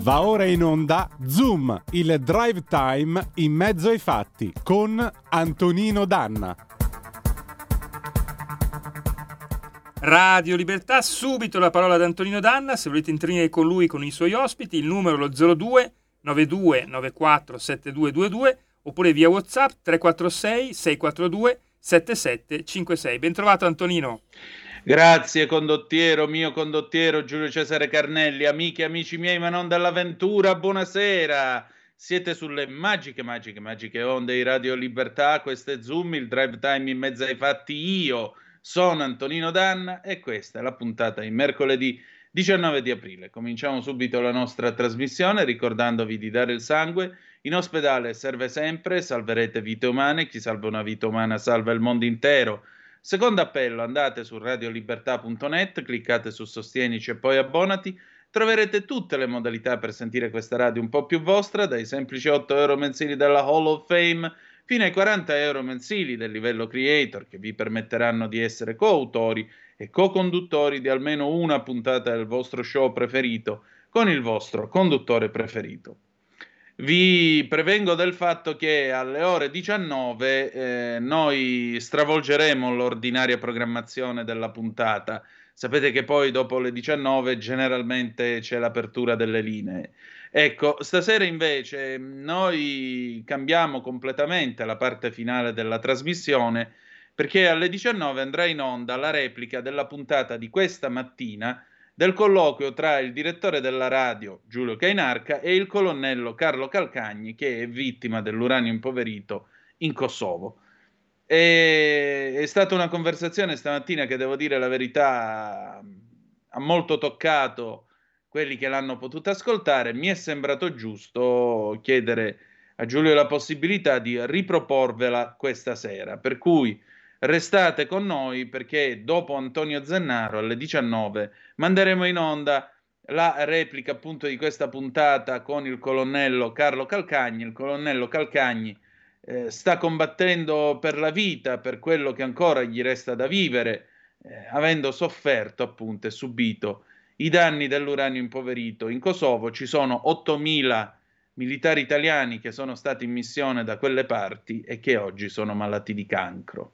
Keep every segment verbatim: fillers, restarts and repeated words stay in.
Va ora in onda Zoom, il drive time in mezzo ai fatti con Antonino Danna. Radio Libertà, subito la parola ad Antonino Danna. Se volete intervenire con lui, con i suoi ospiti, il numero è lo zero due nove due nove quattro sette due due due oppure via WhatsApp tre quattro sei sei quattro due sette sette cinque sei. Ben trovato Antonino. Grazie condottiero, mio condottiero Giulio Cesare Carnelli, amiche e amici miei, ma non dall'avventura, buonasera. Siete sulle magiche, magiche, magiche onde di Radio Libertà, questo è Zoom, il drive time in mezzo ai fatti. Io sono Antonino Danna e questa è la puntata di mercoledì diciannove di aprile. Cominciamo subito la nostra trasmissione ricordandovi di dare il sangue. In ospedale serve sempre, salverete vite umane, chi salva una vita umana salva il mondo intero. Secondo appello, andate su radiolibertà punto net, cliccate su Sostienici e poi abbonati, troverete tutte le modalità per sentire questa radio un po' più vostra, dai semplici otto euro mensili della Hall of Fame fino ai quaranta euro mensili del livello Creator, che vi permetteranno di essere coautori e co-conduttori di almeno una puntata del vostro show preferito con il vostro conduttore preferito. Vi prevengo del fatto che alle ore diciannove eh, noi stravolgeremo l'ordinaria programmazione della puntata. Sapete che poi dopo le diciannove generalmente c'è l'apertura delle linee. Ecco, stasera invece noi cambiamo completamente la parte finale della trasmissione perché alle diciannove andrà in onda la replica della puntata di questa mattina del colloquio tra il direttore della radio Giulio Cainarca e il colonnello Carlo Calcagni, che è vittima dell'uranio impoverito in Kosovo. E, è stata una conversazione stamattina che, devo dire la verità, ha molto toccato quelli che l'hanno potuta ascoltare. Mi è sembrato giusto chiedere a Giulio la possibilità di riproporvela questa sera, per cui restate con noi perché dopo Antonio Zennaro alle diciannove manderemo in onda la replica appunto di questa puntata con il colonnello Carlo Calcagni. Il colonnello Calcagni eh, sta combattendo per la vita, per quello che ancora gli resta da vivere, eh, avendo sofferto appunto e subito i danni dell'uranio impoverito in Kosovo. Ci sono ottomila militari italiani che sono stati in missione da quelle parti e che oggi sono malati di cancro.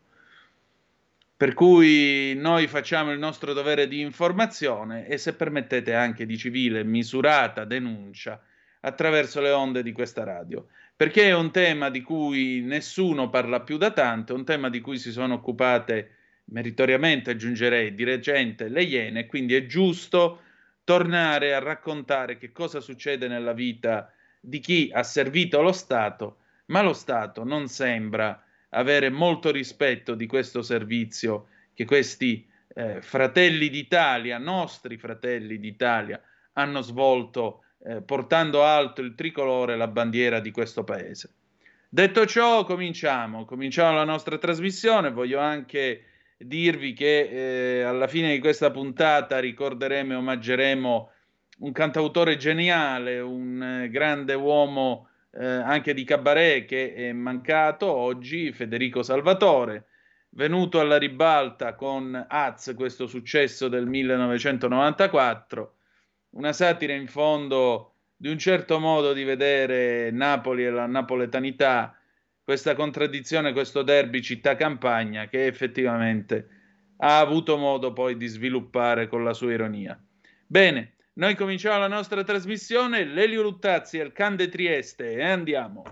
Per cui noi facciamo il nostro dovere di informazione e, se permettete, anche di civile misurata denuncia attraverso le onde di questa radio, perché è un tema di cui nessuno parla più da tanto, è un tema di cui si sono occupate meritoriamente, aggiungerei, di recente le Iene, quindi è giusto tornare a raccontare che cosa succede nella vita di chi ha servito lo Stato, ma lo Stato non sembra avere molto rispetto di questo servizio che questi eh, fratelli d'Italia, nostri fratelli d'Italia, hanno svolto eh, portando alto il tricolore e la bandiera di questo paese. Detto ciò, cominciamo, cominciamo la nostra trasmissione. Voglio anche dirvi che eh, alla fine di questa puntata ricorderemo e omaggeremo un cantautore geniale, un eh, grande uomo Eh, anche di cabaret che è mancato oggi, Federico Salvatore, venuto alla ribalta con Az, questo successo del millenovecentonovantaquattro, una satira in fondo di un certo modo di vedere Napoli e la napoletanità, questa contraddizione, questo derby città-campagna che effettivamente ha avuto modo poi di sviluppare con la sua ironia. Bene, noi cominciamo la nostra trasmissione, l'Elio Luttazzi al Can de Trieste e andiamo.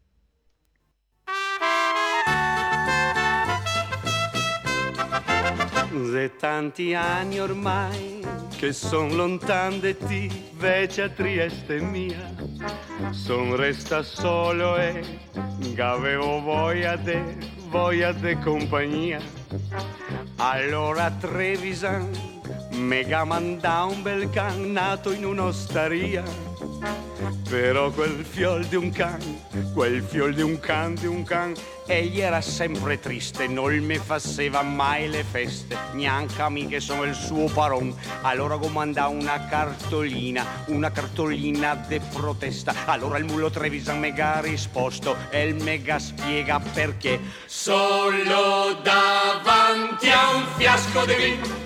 De tanti anni ormai che son lontan de ti, vece a Trieste mia, son resta solo e avevo voglia de, voglia de compagnia. Allora Trevisan mega manda un bel can nato in un'osteria, però quel fiol di un can, quel fiol di un can, di un can, egli era sempre triste, non mi faceva mai le feste, neanche a me che sono il suo paron. Allora comanda una cartolina, una cartolina de protesta. Allora il mulo Trevisan mega ha risposto e il mega spiega perché. Solo davanti a un fiasco di vino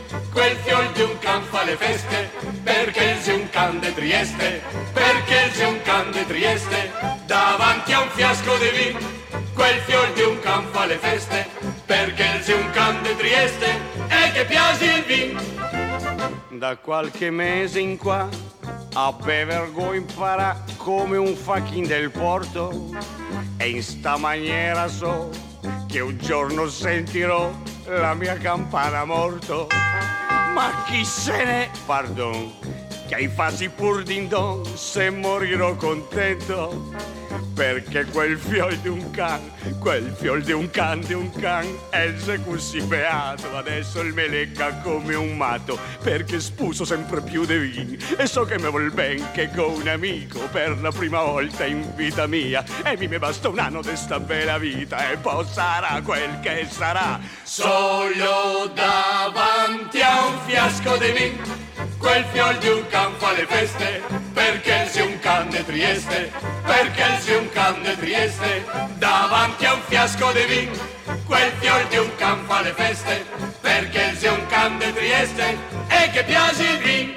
quel fiol di un can fa le feste, perché il un can de Trieste, perché il un can de Trieste, davanti a un fiasco di vin, quel fiol di un can fa le feste, perché il un can de Trieste, e che piace il vin. Da qualche mese in qua a bevergo impara come un facchin del porto, e in sta maniera so che un giorno sentirò la mia campana morto. Ma chi se ne, pardon, che ai fasi pur din don, se morirò contento, perché quel fiol di un can, quel fiol di un can, di un can, è così beato, adesso il me lecca come un matto, perché spuso sempre più di vin, e so che me vuol ben che con un amico, per la prima volta in vita mia, e mi me basta un anno di sta bella vita, e poi sarà quel che sarà, solo davanti a un fiasco di vin, quel fiol di un can fa le feste, perché sei un can de Trieste, perché sei un can de Trieste, davanti a un fiasco di vin, quel fiol di un can fa le feste, perché sei un can de Trieste, e che piace il vin.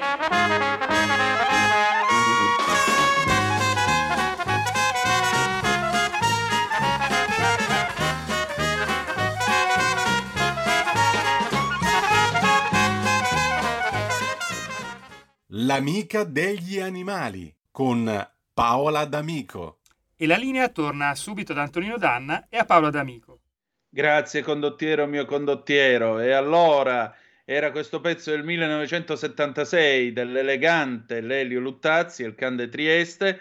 L'amica degli animali con Paola D'Amico. E la linea torna subito ad Antonino Danna e a Paola D'Amico. Grazie condottiero mio condottiero. E allora era questo pezzo del millenovecentosettantasei dell'elegante Lelio Luttazzi, il can de Trieste.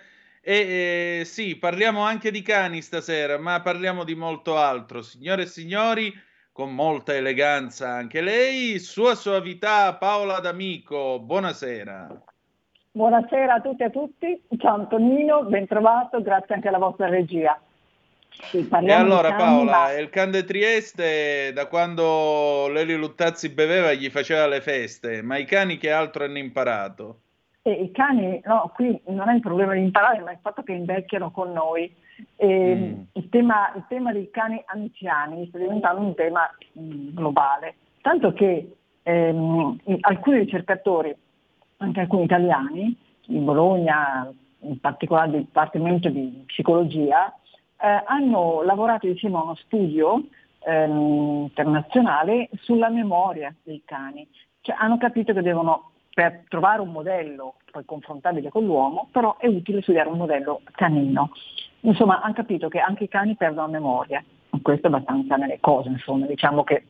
E eh, sì, parliamo anche di cani stasera, ma parliamo di molto altro. Signore e signori, con molta eleganza anche lei, sua soavità Paola D'Amico, buonasera. Buonasera a tutti e a tutti, ciao Antonino, ben trovato, grazie anche alla vostra regia. Sì, e allora cani, Paola, ma... il can de Trieste da quando Lelio Luttazzi beveva gli faceva le feste, ma i cani che altro hanno imparato? E i cani, no, qui non è il problema di imparare, ma il fatto che invecchiano con noi. E mm. il, tema, il tema dei cani anziani sta diventando un tema mh, globale, tanto che ehm, alcuni ricercatori, anche alcuni italiani, in Bologna, in particolare del Dipartimento di Psicologia, eh, hanno lavorato insieme a uno studio ehm, internazionale sulla memoria dei cani. Cioè, hanno capito che devono, per trovare un modello poi confrontabile con l'uomo, però è utile studiare un modello canino. Insomma, hanno capito che anche i cani perdono memoria. Questo è abbastanza nelle cose, insomma, diciamo che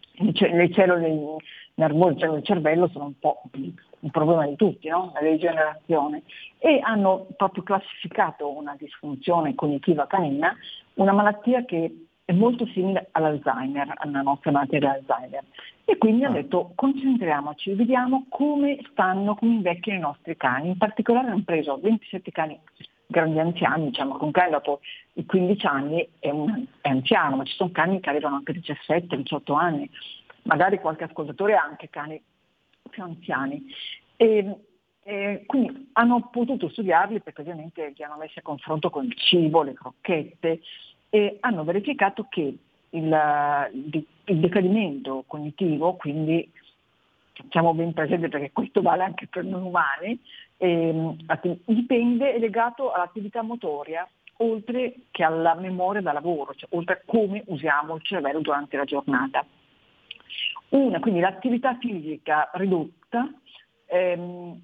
le cellule nervose, cioè il cervello sono un po' un problema di tutti, no? La degenerazione, e hanno proprio classificato una disfunzione cognitiva canina, una malattia che è molto simile all'Alzheimer, alla nostra malattia dell'Alzheimer, e quindi hanno detto concentriamoci, vediamo come stanno, come invecchiano i nostri cani. In particolare hanno preso ventisette cani grandi anziani, diciamo che un cane dopo i quindici anni è, un, è anziano, ma ci sono cani che arrivano anche a diciassette diciotto anni, magari qualche ascoltatore ha anche cani più anziani. E, e quindi hanno potuto studiarli perché ovviamente li hanno messi a confronto con il cibo, le crocchette, e hanno verificato che il, il decadimento cognitivo, quindi facciamo ben presente perché questo vale anche per noi umani, eh, dipende, è legato all'attività motoria oltre che alla memoria da lavoro, cioè oltre a come usiamo il cervello durante la giornata. Una, quindi l'attività fisica ridotta ehm,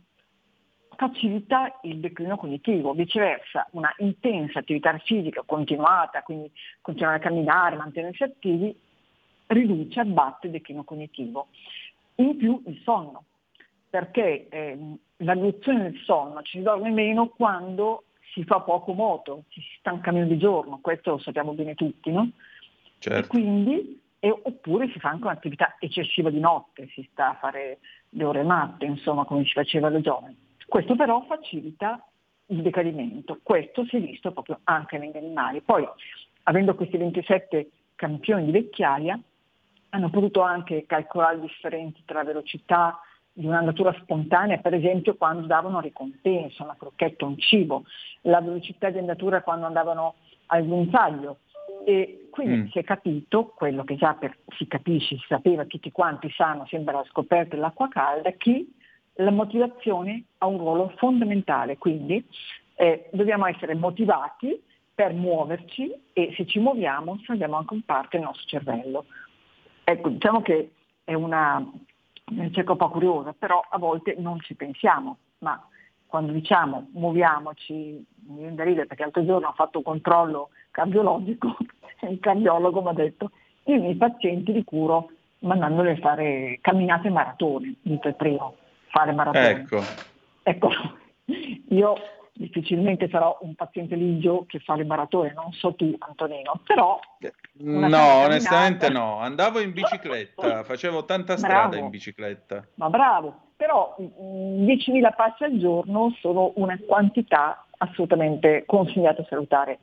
facilita il declino cognitivo, viceversa una intensa attività fisica continuata, quindi continuare a camminare, mantenersi attivi, riduce, abbatte il declino cognitivo. In più il sonno, perché eh, la riduzione del sonno, ci si dorme meno quando si fa poco moto, ci si stanca meno di giorno, questo lo sappiamo bene tutti, no? Certo. E quindi, e, oppure si fa anche un'attività eccessiva di notte, si sta a fare le ore matte, insomma, come si faceva da giovani. Questo però facilita il decadimento, questo si è visto proprio anche negli animali. Poi, avendo questi ventisette campioni di vecchiaia, hanno potuto anche calcolare differenze tra velocità di un'andatura spontanea, per esempio quando davano ricompensa, una crocchetta, un cibo, la velocità di andatura quando andavano al guinzaglio, E quindi Mm. si è capito quello che già per, si capisce, si sapeva, tutti quanti sanno, sembra la scoperta dell'acqua calda, che la motivazione ha un ruolo fondamentale, quindi eh, dobbiamo essere motivati per muoverci e se ci muoviamo salviamo anche un parte del nostro cervello. Ecco, diciamo che è una ricerca un po' curiosa, però a volte non ci pensiamo, ma quando diciamo muoviamoci, mi viene da ridere perché l'altro giorno ho fatto un controllo cardiologico e il cardiologo mi ha detto io i miei pazienti li curo mandandoli a fare camminate maratone, di per primo, fare maratone. Ecco. Ecco, io difficilmente sarò un paziente ligio che fa le maratone, non so tu Antonino, però una No, sana onestamente camminata- no. Andavo in bicicletta, facevo tanta Bravo. strada in bicicletta. Ma bravo, però mm, diecimila passi al giorno sono una quantità assolutamente consigliata a salutare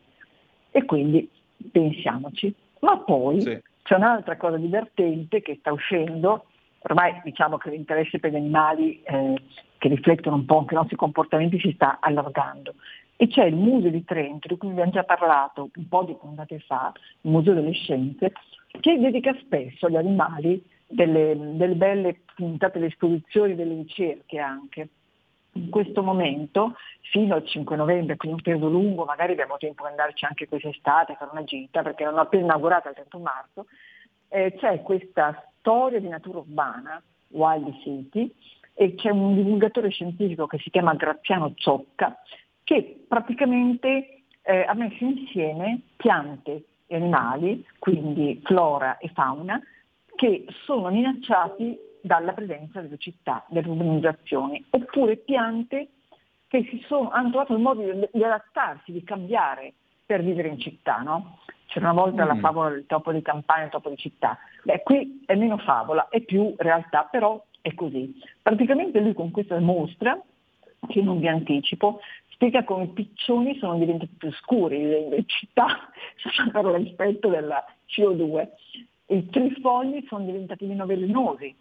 e quindi pensiamoci. Ma poi Sì. c'è un'altra cosa divertente che sta uscendo, ormai diciamo che l'interesse per gli animali eh, che riflettono un po' anche i nostri comportamenti si sta allargando e c'è il Museo di Trento, di cui abbiamo già parlato un po' di puntate fa, il Museo delle Scienze, che dedica spesso agli animali delle, delle belle puntate, delle esposizioni, delle ricerche anche. In questo momento, fino al cinque novembre, quindi un periodo lungo, magari abbiamo tempo di andarci anche quest'estate, fare una gita, perché non ho appena inaugurato il trentuno marzo, eh, c'è questa storia di natura urbana, Wild City, e c'è un divulgatore scientifico che si chiama Graziano Ciocca, che praticamente eh, ha messo insieme piante e animali, quindi flora e fauna, che sono minacciati dalla presenza delle città, delle urbanizzazioni, oppure piante che si sono, hanno trovato il modo di, di adattarsi, di cambiare per vivere in città, no? C'era una volta Mm. la favola del topo di campagna e il topo di città. Beh, qui è meno favola, è più realtà, però è così. Praticamente lui con questa mostra, che non vi anticipo, spiega come i piccioni sono diventati più scuri, le, le città per l'effetto della C O due, i trifogli sono diventati meno velenosi,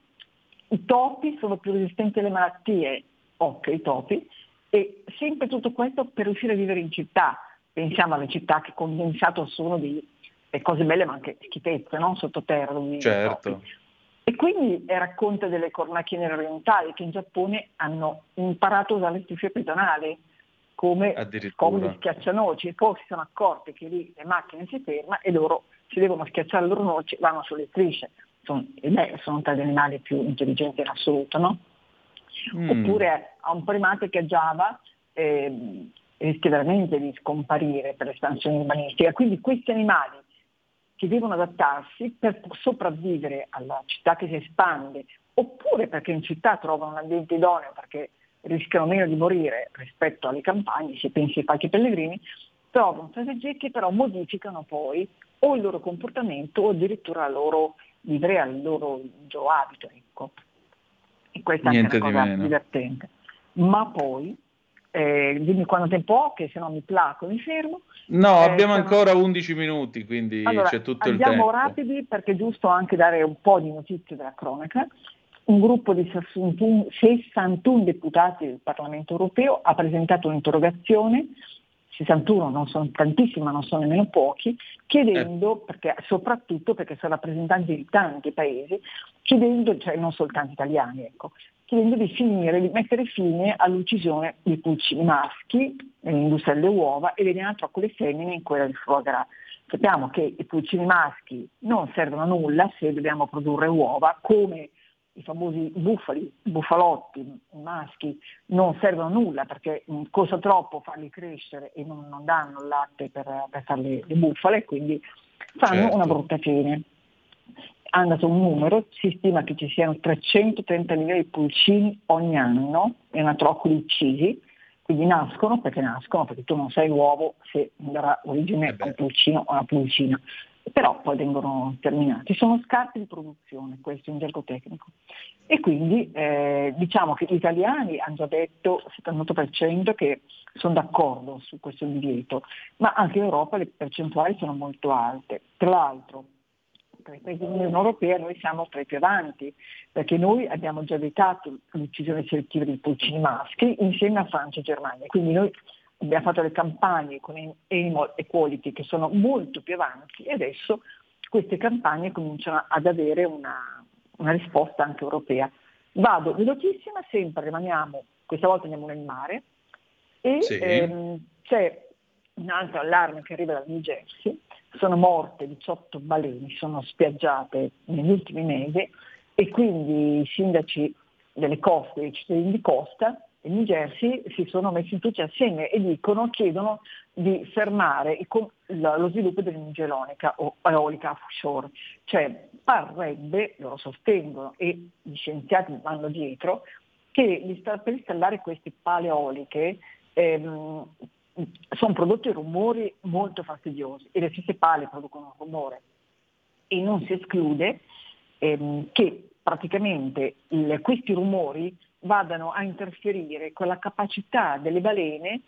i topi sono più resistenti alle malattie, occhio i topi, e sempre tutto questo per riuscire a vivere in città. Pensiamo alle città che condensato sono di eh, cose belle ma anche schifezze, no? Sottoterra dove vivono i Certo. topi. E quindi eh, racconta delle cornacchie nere orientali che in Giappone hanno imparato a usare le strisce pedonali come Addirittura. comodi schiaccianoci, poi si sono accorti che lì le macchine si fermano e loro si devono schiacciare le loro noci, vanno sulle strisce. Sono, e beh, sono tra gli animali più intelligenti in assoluto, no? Mm. Oppure a un primate che a Giava eh, rischia veramente di scomparire per l'espansione urbanistica. Quindi questi animali che devono adattarsi per sopravvivere alla città che si espande, oppure perché in città trovano un ambiente idoneo perché rischiano meno di morire rispetto alle campagne, se pensi ai falchi pellegrini, trovano strategie che però modificano poi o il loro comportamento o addirittura la loro livrea, il loro abito, ecco. E questa è anche Niente una di cosa meno. divertente. Ma poi, eh, dimmi quanto tempo ho, che se no mi placo, mi fermo. No, Eh, abbiamo sono- ancora undici minuti, quindi Allora, c'è tutto il andiamo tempo. rapidi perché è giusto anche dare un po' di notizie della cronaca. Un gruppo di sessantuno, sessantuno deputati del Parlamento europeo ha presentato un'interrogazione, sessantuno non sono tantissimi ma non sono nemmeno pochi, chiedendo, perché, soprattutto perché sono rappresentanti di tanti paesi, chiedendo, cioè non soltanto italiani, ecco, chiedendo di finire, di mettere fine all'uccisione di pulcini maschi nell'industria delle uova e degli anatroccoli femmine in quella di foie gras. Sappiamo che i pulcini maschi non servono a nulla se dobbiamo produrre uova, come i famosi bufali, bufalotti maschi non servono a nulla perché mh, costa troppo farli crescere e non, non danno il latte per, per fare le, le bufale, quindi fanno Certo. una brutta fine. Hanno dato un numero, si stima che ci siano trecentotremilamila di pulcini ogni anno, e anatroccoli uccisi, quindi nascono perché nascono, perché tu non sai l'uovo se darà origine Eh a beh. un pulcino o a una pulcina, però poi vengono terminati. Sono scarti di produzione, questo in gergo tecnico. E quindi eh, diciamo che gli italiani hanno già detto il settantotto per cento che sono d'accordo su questo divieto, ma anche in Europa le percentuali sono molto alte. Tra l'altro, tra i paesi dell'Unione Europea noi siamo tra i più avanti, perché noi abbiamo già vietato l'uccisione selettiva dei pulcini maschi insieme a Francia e Germania, quindi noi abbiamo fatto le campagne con Animal Equality che sono molto più avanti e adesso queste campagne cominciano ad avere una, una risposta anche europea. Vado velocissima, sempre rimaniamo, questa volta andiamo nel mare e sì. ehm, c'è un altro allarme che arriva dal New Jersey, sono morte diciotto balene, sono spiaggiate negli ultimi mesi e quindi i sindaci delle coste, i cittadini di costa del New Jersey si sono messi tutti assieme e dicono, chiedono di fermare il, lo sviluppo dell'energia eolica o eolica offshore, cioè parrebbe, loro sostengono e gli scienziati vanno dietro, che per installare queste pale eoliche ehm, sono prodotti rumori molto fastidiosi e le stesse pale producono rumore e non si esclude ehm, che praticamente il, questi rumori vadano a interferire con la capacità delle balene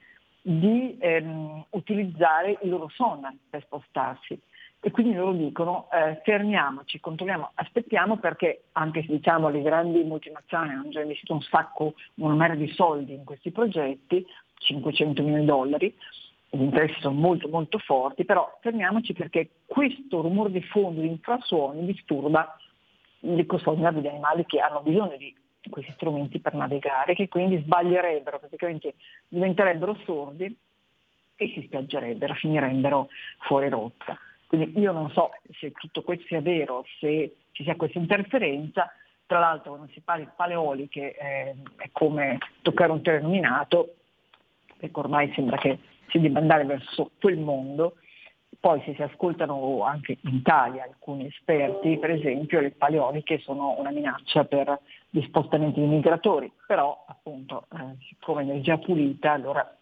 di ehm, utilizzare il loro sonar per spostarsi e quindi loro dicono eh, fermiamoci, controlliamo, aspettiamo perché anche se diciamo le grandi multinazionali hanno già investito un sacco, una marea di soldi in questi progetti, cinquecento milioni di dollari, gli interessi sono molto molto forti, però fermiamoci perché questo rumore di fondo, di infrasuoni disturba l'ecosistema degli animali che hanno bisogno di questi strumenti per navigare, che quindi sbaglierebbero, praticamente diventerebbero sordi e si spiaggerebbero, finirebbero fuori rotta. Quindi io non so se tutto questo sia vero, se ci sia questa interferenza. Tra l'altro quando si parla di paleoliche eh, è come toccare un terreno minato, perché ormai sembra che si debba andare verso quel mondo. Poi se si ascoltano anche in Italia alcuni esperti, per esempio le paleoliche sono una minaccia per gli spostamenti dei migratori, però appunto eh, siccome energia pulita allora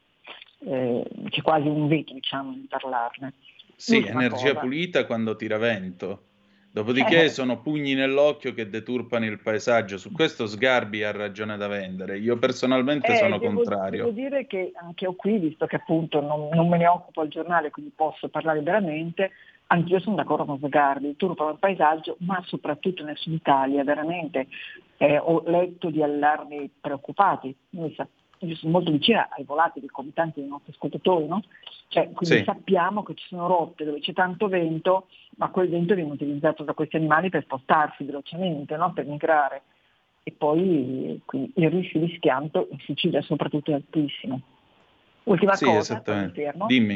eh, c'è quasi un veto diciamo in parlarne. Sì, L'ultima energia cosa. pulita quando tira vento. Dopodiché Eh. sono pugni nell'occhio che deturpano il paesaggio. Su questo Sgarbi ha ragione da vendere. Io personalmente Eh, sono devo, contrario. devo dire che anche io qui, visto che appunto non, non me ne occupo al giornale, quindi posso parlare veramente, anch'io sono d'accordo con Sgarbi, turbano il paesaggio, ma soprattutto nel sud Italia, veramente. Eh, ho letto di allarmi preoccupati. Noi sappiamo, io sono molto vicina ai volatili come tanti dei nostri ascoltatori, no? Cioè, quindi Sì. sappiamo che ci sono rotte dove c'è tanto vento, ma quel vento viene utilizzato da questi animali per spostarsi velocemente, no? Per migrare. E poi quindi, il rischio di schianto in Sicilia soprattutto è altissimo. Ultima Sì, cosa, poi mi esattamente. fermo. Dimmi.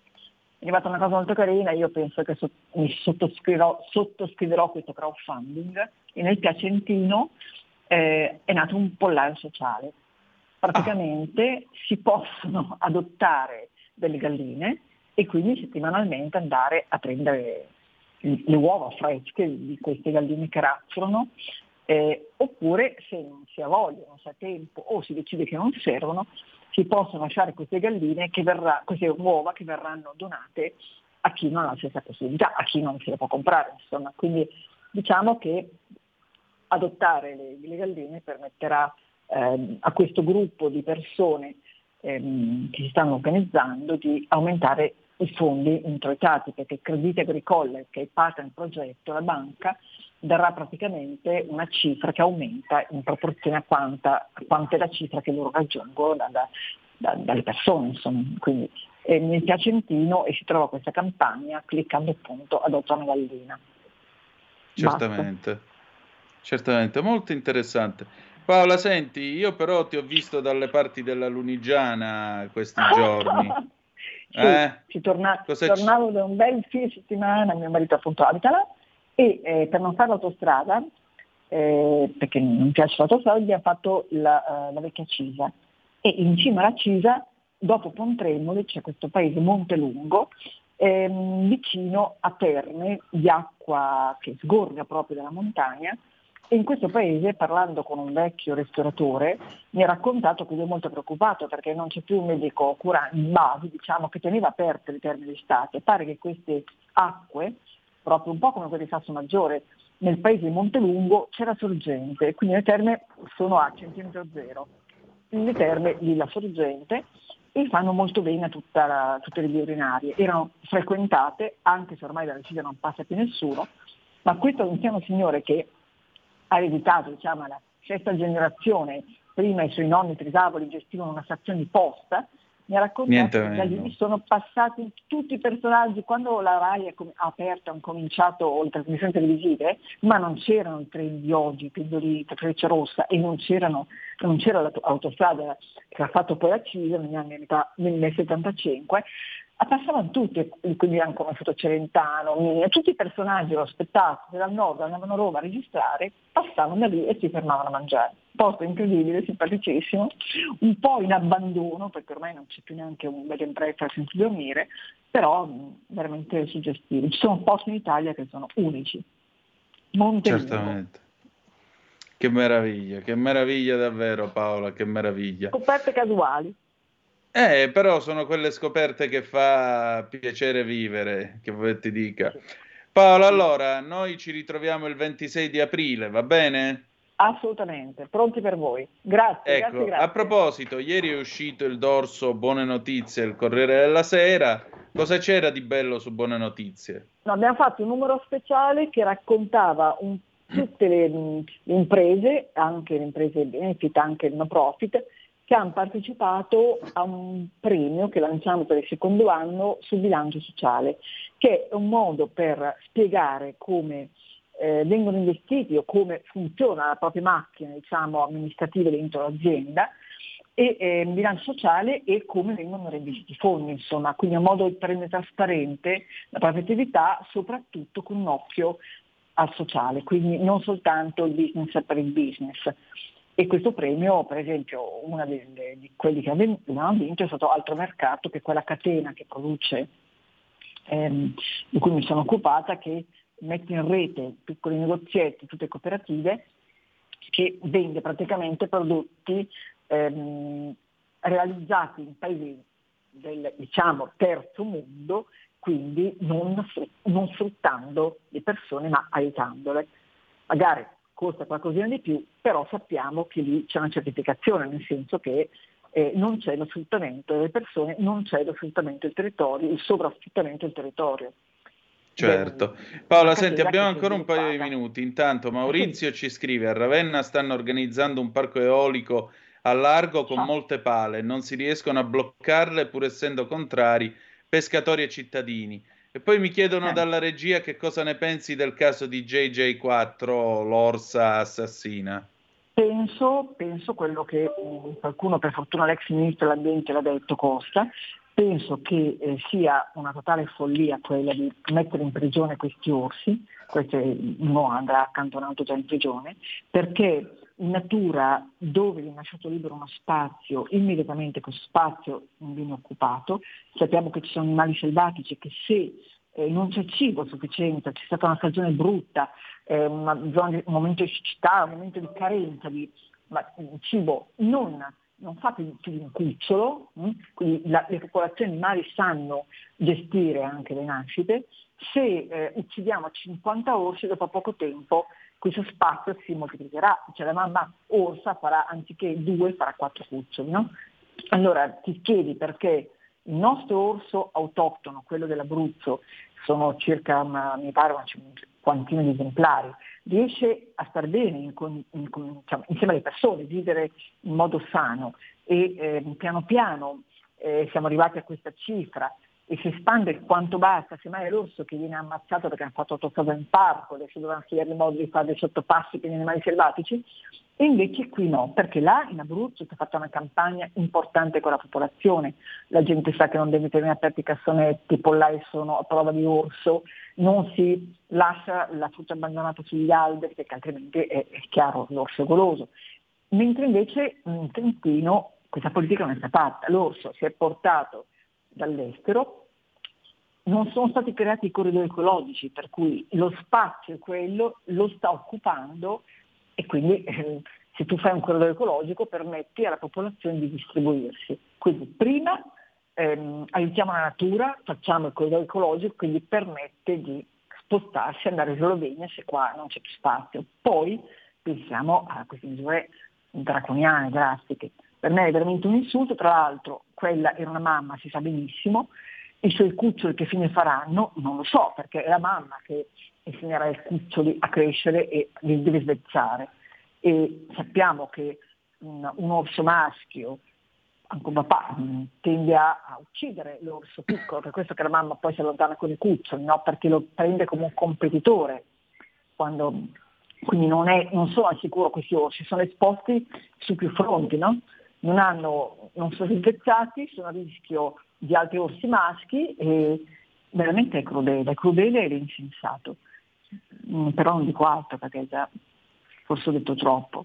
È arrivata una cosa molto carina, io penso che so- mi sottoscriverò, sottoscriverò questo crowdfunding e nel Piacentino eh, è nato un pollaio sociale. Praticamente ah. si possono adottare delle galline e quindi settimanalmente andare a prendere le uova fresche di queste galline che razzolano, eh, oppure se non si ha voglia, non si ha tempo o si decide che non servono, si possono lasciare queste galline che verrà, queste uova che verranno donate a chi non ha la stessa possibilità, a chi non se le può comprare, insomma. Quindi diciamo che adottare le, le galline permetterà eh, a questo gruppo di persone ehm, che si stanno organizzando di aumentare i fondi introitati, perché Crédit Agricole, che è parte del progetto, la banca, darà praticamente una cifra che aumenta in proporzione a quanta, a quanta è la cifra che loro raggiungono da, da, da, dalle persone. Insomma. Quindi eh, nel Piacentino e si trova questa campagna cliccando appunto adotta una gallina. Certamente, Basta. certamente, molto interessante. Paola, senti, io però ti ho visto dalle parti della Lunigiana questi giorni. Sì, eh? ci torna- Cosa tornavo c- da un bel fine settimana, mio marito appunto abita là, e eh, per non fare l'autostrada, eh, perché non piace l'autostrada, abbiamo fatto la, uh, la vecchia Cisa. E in cima alla Cisa, dopo Pontremoli, c'è questo paese Montelungo, ehm, vicino a Terme, di acqua che sgorga proprio dalla montagna. E in questo paese, parlando con un vecchio ristoratore, mi ha raccontato che lui è molto preoccupato perché non c'è più un medico curante, in base, diciamo, che teneva aperte le terme d'estate. Pare che queste acque, proprio un po' come quelle di Sasso Maggiore, nel paese di Montelungo c'è la sorgente, quindi le terme sono a centimetro zero. Le terme lì la sorgente e fanno molto bene a tutta la, tutte le vie urinarie. Erano frequentate, anche se ormai dalla Cisa non passa più nessuno, ma questo anziano signore che ha ereditato, diciamo, la sesta generazione, prima i suoi nonni Trisavoli gestivano una stazione di posta, mi ha raccontato Niente che da meno. lì sono passati tutti i personaggi. Quando la Rai ha com- ha aperto, hanno cominciato le trasmissioni televisive, ma non c'erano i treni di oggi, Pendolino, Freccia Rossa, e non, c'erano, non c'era l'autostrada che ha fatto poi la CISA negli anni nel settantacinque, passavano tutti, quindi hanno conosciuto Celentano, Mini, tutti i personaggi dello spettacolo dal nord andavano a Roma a registrare, passavano da lì e si fermavano a mangiare. Posto incredibile, simpaticissimo, un po' in abbandono perché ormai non c'è più neanche un bed and breakfast senza dormire, però mh, veramente suggestivi. Ci sono posti in Italia che sono unici. Montevideo. Certamente. Che meraviglia, che meraviglia davvero, Paola, che meraviglia. Scoperte casuali. Eh, però sono quelle scoperte che fa piacere vivere, che vuoi ti dica. Paola, allora, noi ci ritroviamo il ventisei di aprile, va bene? Assolutamente, pronti per voi. Grazie, Ecco, grazie, grazie. a proposito, ieri è uscito il dorso Buone Notizie, il Corriere della Sera. Cosa c'era di bello su Buone Notizie? No, abbiamo fatto un numero speciale che raccontava un, tutte le, mh, le imprese, anche le imprese benefit, anche il no profit, che hanno partecipato a un premio che lanciamo per il secondo anno sul bilancio sociale, che è un modo per spiegare come eh, vengono investiti o come funziona la propria macchina, diciamo, amministrativa dentro l'azienda, e eh, il bilancio sociale e come vengono reinvestiti i fondi, insomma, quindi un modo di rendere trasparente la propria attività, soprattutto con un occhio al sociale, quindi non soltanto il business per il business. E questo premio, per esempio, uno di quelli che abbiamo vinto è stato Altro Mercato, che è quella catena che produce, ehm, di cui mi sono occupata, che mette in rete piccoli negozietti, tutte cooperative, che vende praticamente prodotti ehm, realizzati in paesi del, diciamo, terzo mondo, quindi non, non sfruttando le persone ma aiutandole. Magari costa qualcosina di più, però sappiamo che lì c'è una certificazione, nel senso che eh, non c'è lo sfruttamento delle persone, non c'è lo sfruttamento del territorio, il sovrasfruttamento del territorio. Certo. Del, Paola, senti, abbiamo ancora un paio di sviluppata. minuti. Intanto Maurizio Sì. ci scrive, a Ravenna stanno organizzando un parco eolico a largo con Ah. molte pale, non si riescono a bloccarle pur essendo contrari pescatori e cittadini. E poi mi chiedono Eh. dalla regia che cosa ne pensi del caso di J J quattro, l'orsa assassina. Penso, penso quello che mh, qualcuno, per fortuna l'ex ministro dell'ambiente l'ha detto, Costa, penso che eh, sia una totale follia quella di mettere in prigione questi orsi, questo uno andrà accantonato già in prigione, perché in natura, dove viene lasciato libero uno spazio, immediatamente questo spazio non viene occupato. Sappiamo che ci sono animali selvatici che se eh, non c'è cibo sufficiente, c'è stata una stagione brutta, eh, una zona di, un momento di siccità, un momento di carenza di ma, cibo, non, non fa più, più di un cucciolo, hm? Quindi la, le popolazioni animali sanno gestire anche le nascite. Se eh, uccidiamo cinquanta orsi, dopo poco tempo questo spazio si moltiplicherà, cioè la mamma orsa farà, anziché due, farà quattro cuccioli, no? Allora ti chiedi perché il nostro orso autoctono, quello dell'Abruzzo, sono circa, una, mi pare, una quantina di esemplari, riesce a star bene in, in, in, diciamo, insieme alle persone, vivere in modo sano e eh, piano piano eh, siamo arrivati a questa cifra e si espande quanto basta, semmai è l'orso che viene ammazzato perché hanno fatto autostrada in parco, adesso dovranno studiare il modo di fare dei sottopassi per gli animali selvatici, e invece qui no, perché là in Abruzzo si è fatta una campagna importante con la popolazione, la gente sa che non deve tenere aperti i cassonetti, i pollai sono a prova di orso, non si lascia la frutta abbandonata sugli alberi perché altrimenti è, è chiaro, l'orso è goloso. Mentre invece in Trentino questa politica non è stata fatta, l'orso si è portato dall'estero, non sono stati creati i corridoi ecologici, per cui lo spazio è quello, lo sta occupando e quindi eh, se tu fai un corridoio ecologico permetti alla popolazione di distribuirsi. Quindi prima ehm, aiutiamo la natura, facciamo il corridoio ecologico, quindi permette di spostarsi, andare in Slovenia se qua non c'è più spazio. Poi pensiamo a queste misure draconiane, drastiche. Per me è veramente un insulto, tra l'altro quella era una mamma, si sa benissimo, i suoi cuccioli che fine faranno non lo so, perché è la mamma che insegnerà ai cuccioli a crescere e li deve svezzare. E sappiamo che un, un orso maschio anche un papà mh, tende a, a uccidere l'orso piccolo, per questo che la mamma poi si allontana con i cuccioli, no? Perché lo prende come un competitore, quando, quindi non, è, non sono al sicuro questi orsi, sono esposti su più fronti, no? Non, hanno, non sono svezzati, sono a rischio di altri orsi maschi e veramente è crudele, è crudele ed è insensato. Mm, però non dico altro perché già forse ho detto troppo.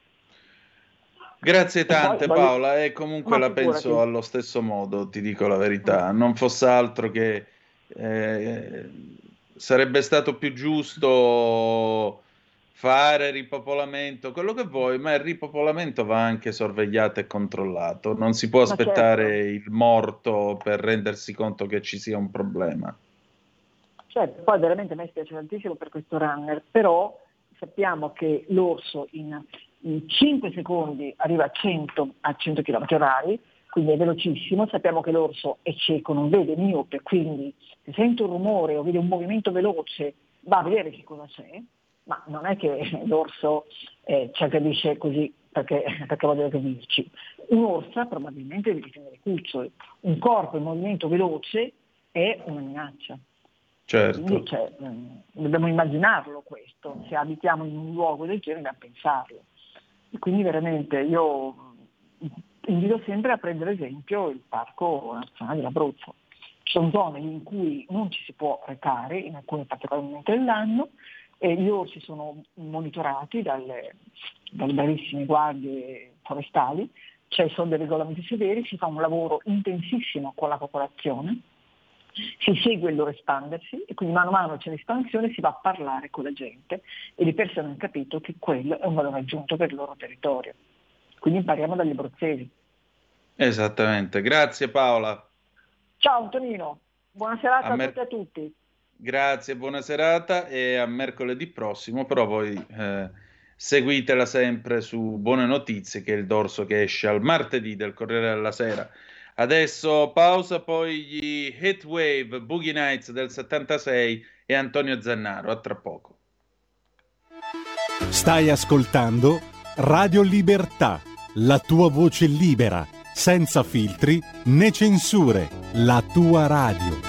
Grazie tante poi, Paola, e comunque ma la penso figurati. allo stesso modo, ti dico la verità, non fosse altro che eh, sarebbe stato più giusto fare ripopolamento, quello che vuoi, ma il ripopolamento va anche sorvegliato e controllato, non si può Ma aspettare certo. il morto per rendersi conto che ci sia un problema. Certo, poi veramente a me spiace tantissimo per questo runner, però sappiamo che l'orso in, in cinque secondi arriva a cento, a cento chilometri orari, quindi è velocissimo. Sappiamo che l'orso è cieco, non vede, miope, quindi se sente un rumore o vede un movimento veloce va a vedere che cosa c'è, ma non è che l'orso eh, ci aggredisce così perché, perché vuole aggredirci. Un'orsa probabilmente deve tenere cuccioli, un corpo in movimento veloce è una minaccia. Certo. Quindi cioè, dobbiamo immaginarlo questo, se abitiamo in un luogo del genere dobbiamo pensarlo. E quindi veramente io invito sempre a prendere esempio il Parco Nazionale dell'Abruzzo. Ci sono zone in cui non ci si può recare, in alcuni particolari momenti dell'anno, e gli orsi sono monitorati dalle, dalle bravissime guardie forestali, cioè sono dei regolamenti severi, si fa un lavoro intensissimo con la popolazione, si segue il loro espandersi e quindi mano a mano c'è l'espansione, si va a parlare con la gente e le persone hanno capito che quello è un valore aggiunto per il loro territorio. Quindi impariamo dagli abruzzesi. Esattamente, grazie Paola. Ciao Antonino, buona serata a, A mer- tutti e a tutti. Grazie, buona serata e a mercoledì prossimo, però voi eh, seguitela sempre su Buone Notizie, che è il dorso che esce al martedì del Corriere della Sera. Adesso pausa, poi gli Heatwave Boogie Nights del settantasei e Antonio Zannaro. A tra poco. Stai ascoltando Radio Libertà, la tua voce libera, senza filtri né censure, la tua radio.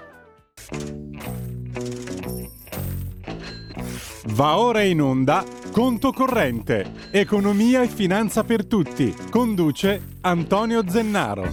Va ora in onda Conto corrente, economia e finanza per tutti. Conduce Antonio Zennaro.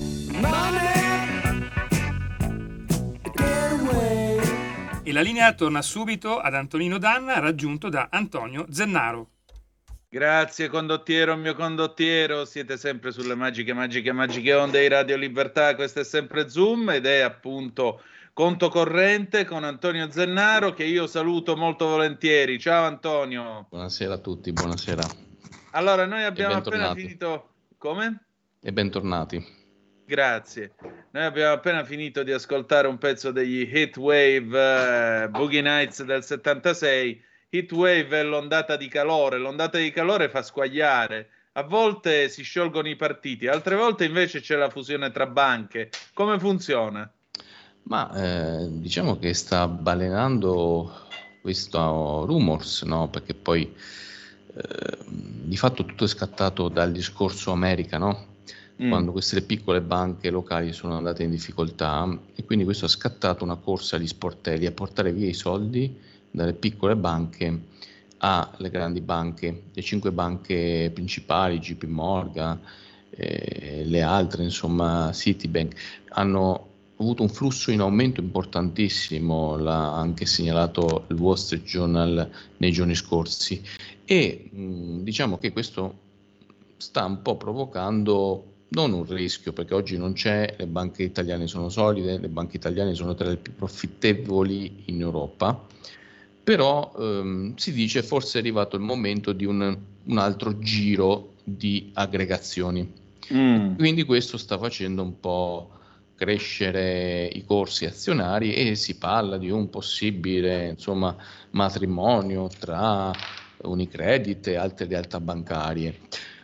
E la linea torna subito ad Antonino Danna, raggiunto da Antonio Zennaro. Grazie condottiero, mio condottiero, siete sempre sulle magiche, magiche, magiche onde di Radio Libertà, questo è sempre Zoom ed è appunto Conto Corrente con Antonio Zennaro, che io saluto molto volentieri. Ciao Antonio. Buonasera a tutti, buonasera. Allora, noi abbiamo appena finito... Come? E bentornati. Grazie. Noi abbiamo appena finito di ascoltare un pezzo degli Heatwave, uh, Boogie Nights del settantasei. Heatwave è l'ondata di calore, l'ondata di calore fa squagliare, a volte si sciolgono i partiti, altre volte invece c'è la fusione tra banche. Come funziona? Ma eh, diciamo che sta balenando questo rumors, no? Perché poi eh, di fatto tutto è scattato dal discorso America, no? Mm. Quando queste piccole banche locali sono andate in difficoltà, e quindi questo ha scattato una corsa agli sportelli a portare via i soldi dalle piccole banche alle grandi banche. Le cinque banche principali, J P Morgan, eh, le altre, insomma, Citibank, hanno avuto un flusso in aumento importantissimo, l'ha anche segnalato il Wall Street Journal nei giorni scorsi, e mh, diciamo che questo sta un po' provocando non un rischio, perché oggi non c'è, le banche italiane sono solide, le banche italiane sono tra le più profittevoli in Europa, però ehm, si dice forse è arrivato il momento di un, un altro giro di aggregazioni. Mm. Quindi questo sta facendo un po' crescere i corsi azionari e si parla di un possibile, insomma, matrimonio tra Unicredit e altre realtà bancarie.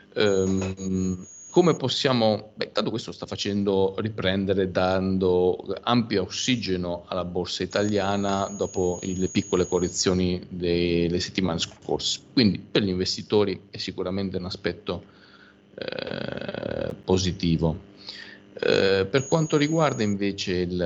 Ehm, come possiamo, beh, tanto questo sta facendo riprendere, dando ampio ossigeno alla borsa italiana dopo le piccole correzioni delle settimane scorse. Quindi per gli investitori è sicuramente un aspetto eh, positivo. Eh, per quanto riguarda invece il,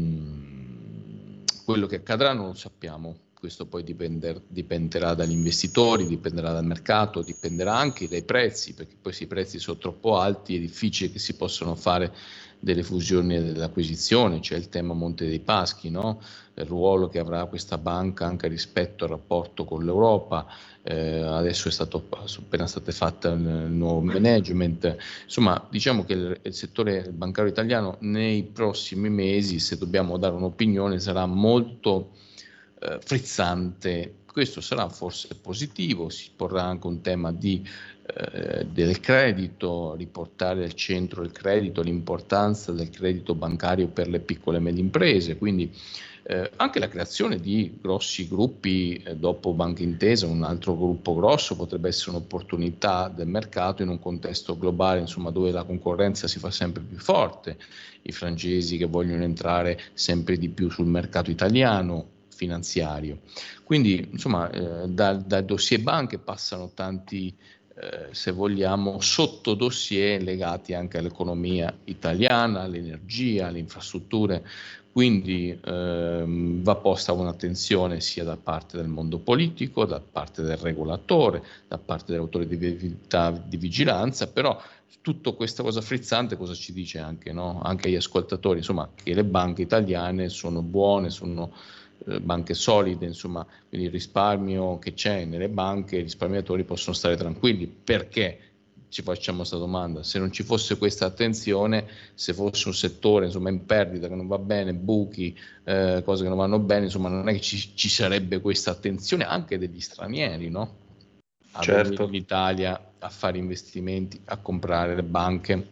um, quello che accadrà non lo sappiamo, questo poi dipender, dipenderà dagli investitori, dipenderà dal mercato, dipenderà anche dai prezzi, perché poi se i prezzi sono troppo alti è difficile che si possano fare delle fusioni e delle acquisizioni. C'è il tema Monte dei Paschi, no? Il ruolo che avrà questa banca anche rispetto al rapporto con l'Europa. Eh, adesso è stato appena state fatte il nuovo management. Insomma, diciamo che il, il settore bancario italiano nei prossimi mesi, se dobbiamo dare un'opinione, sarà molto eh, frizzante. Questo sarà forse positivo, si porrà anche un tema di, eh, del credito, riportare al centro il credito, l'importanza del credito bancario per le piccole e medie imprese, quindi Eh, anche la creazione di grossi gruppi eh, dopo Banca Intesa, un altro gruppo grosso, potrebbe essere un'opportunità del mercato in un contesto globale, insomma, dove la concorrenza si fa sempre più forte, i francesi che vogliono entrare sempre di più sul mercato italiano finanziario. Quindi, insomma, eh, dal, dal dossier banche passano tanti, eh, se vogliamo, sottodossier legati anche all'economia italiana, all'energia, alle infrastrutture. Quindi ehm, va posta un'attenzione sia da parte del mondo politico, da parte del regolatore, da parte dell'autorità di vigilanza, però tutta questa cosa frizzante cosa ci dice anche, no? Anche agli ascoltatori, insomma, che le banche italiane sono buone, sono eh, banche solide, insomma, quindi il risparmio che c'è nelle banche, i risparmiatori possono stare tranquilli. Perché? Ci facciamo questa domanda: se non ci fosse questa attenzione, se fosse un settore, insomma, in perdita, che non va bene, buchi, eh, cose che non vanno bene, insomma, non è che ci, ci sarebbe questa attenzione anche degli stranieri, no? A certo. venire in Italia a fare investimenti, a comprare le banche,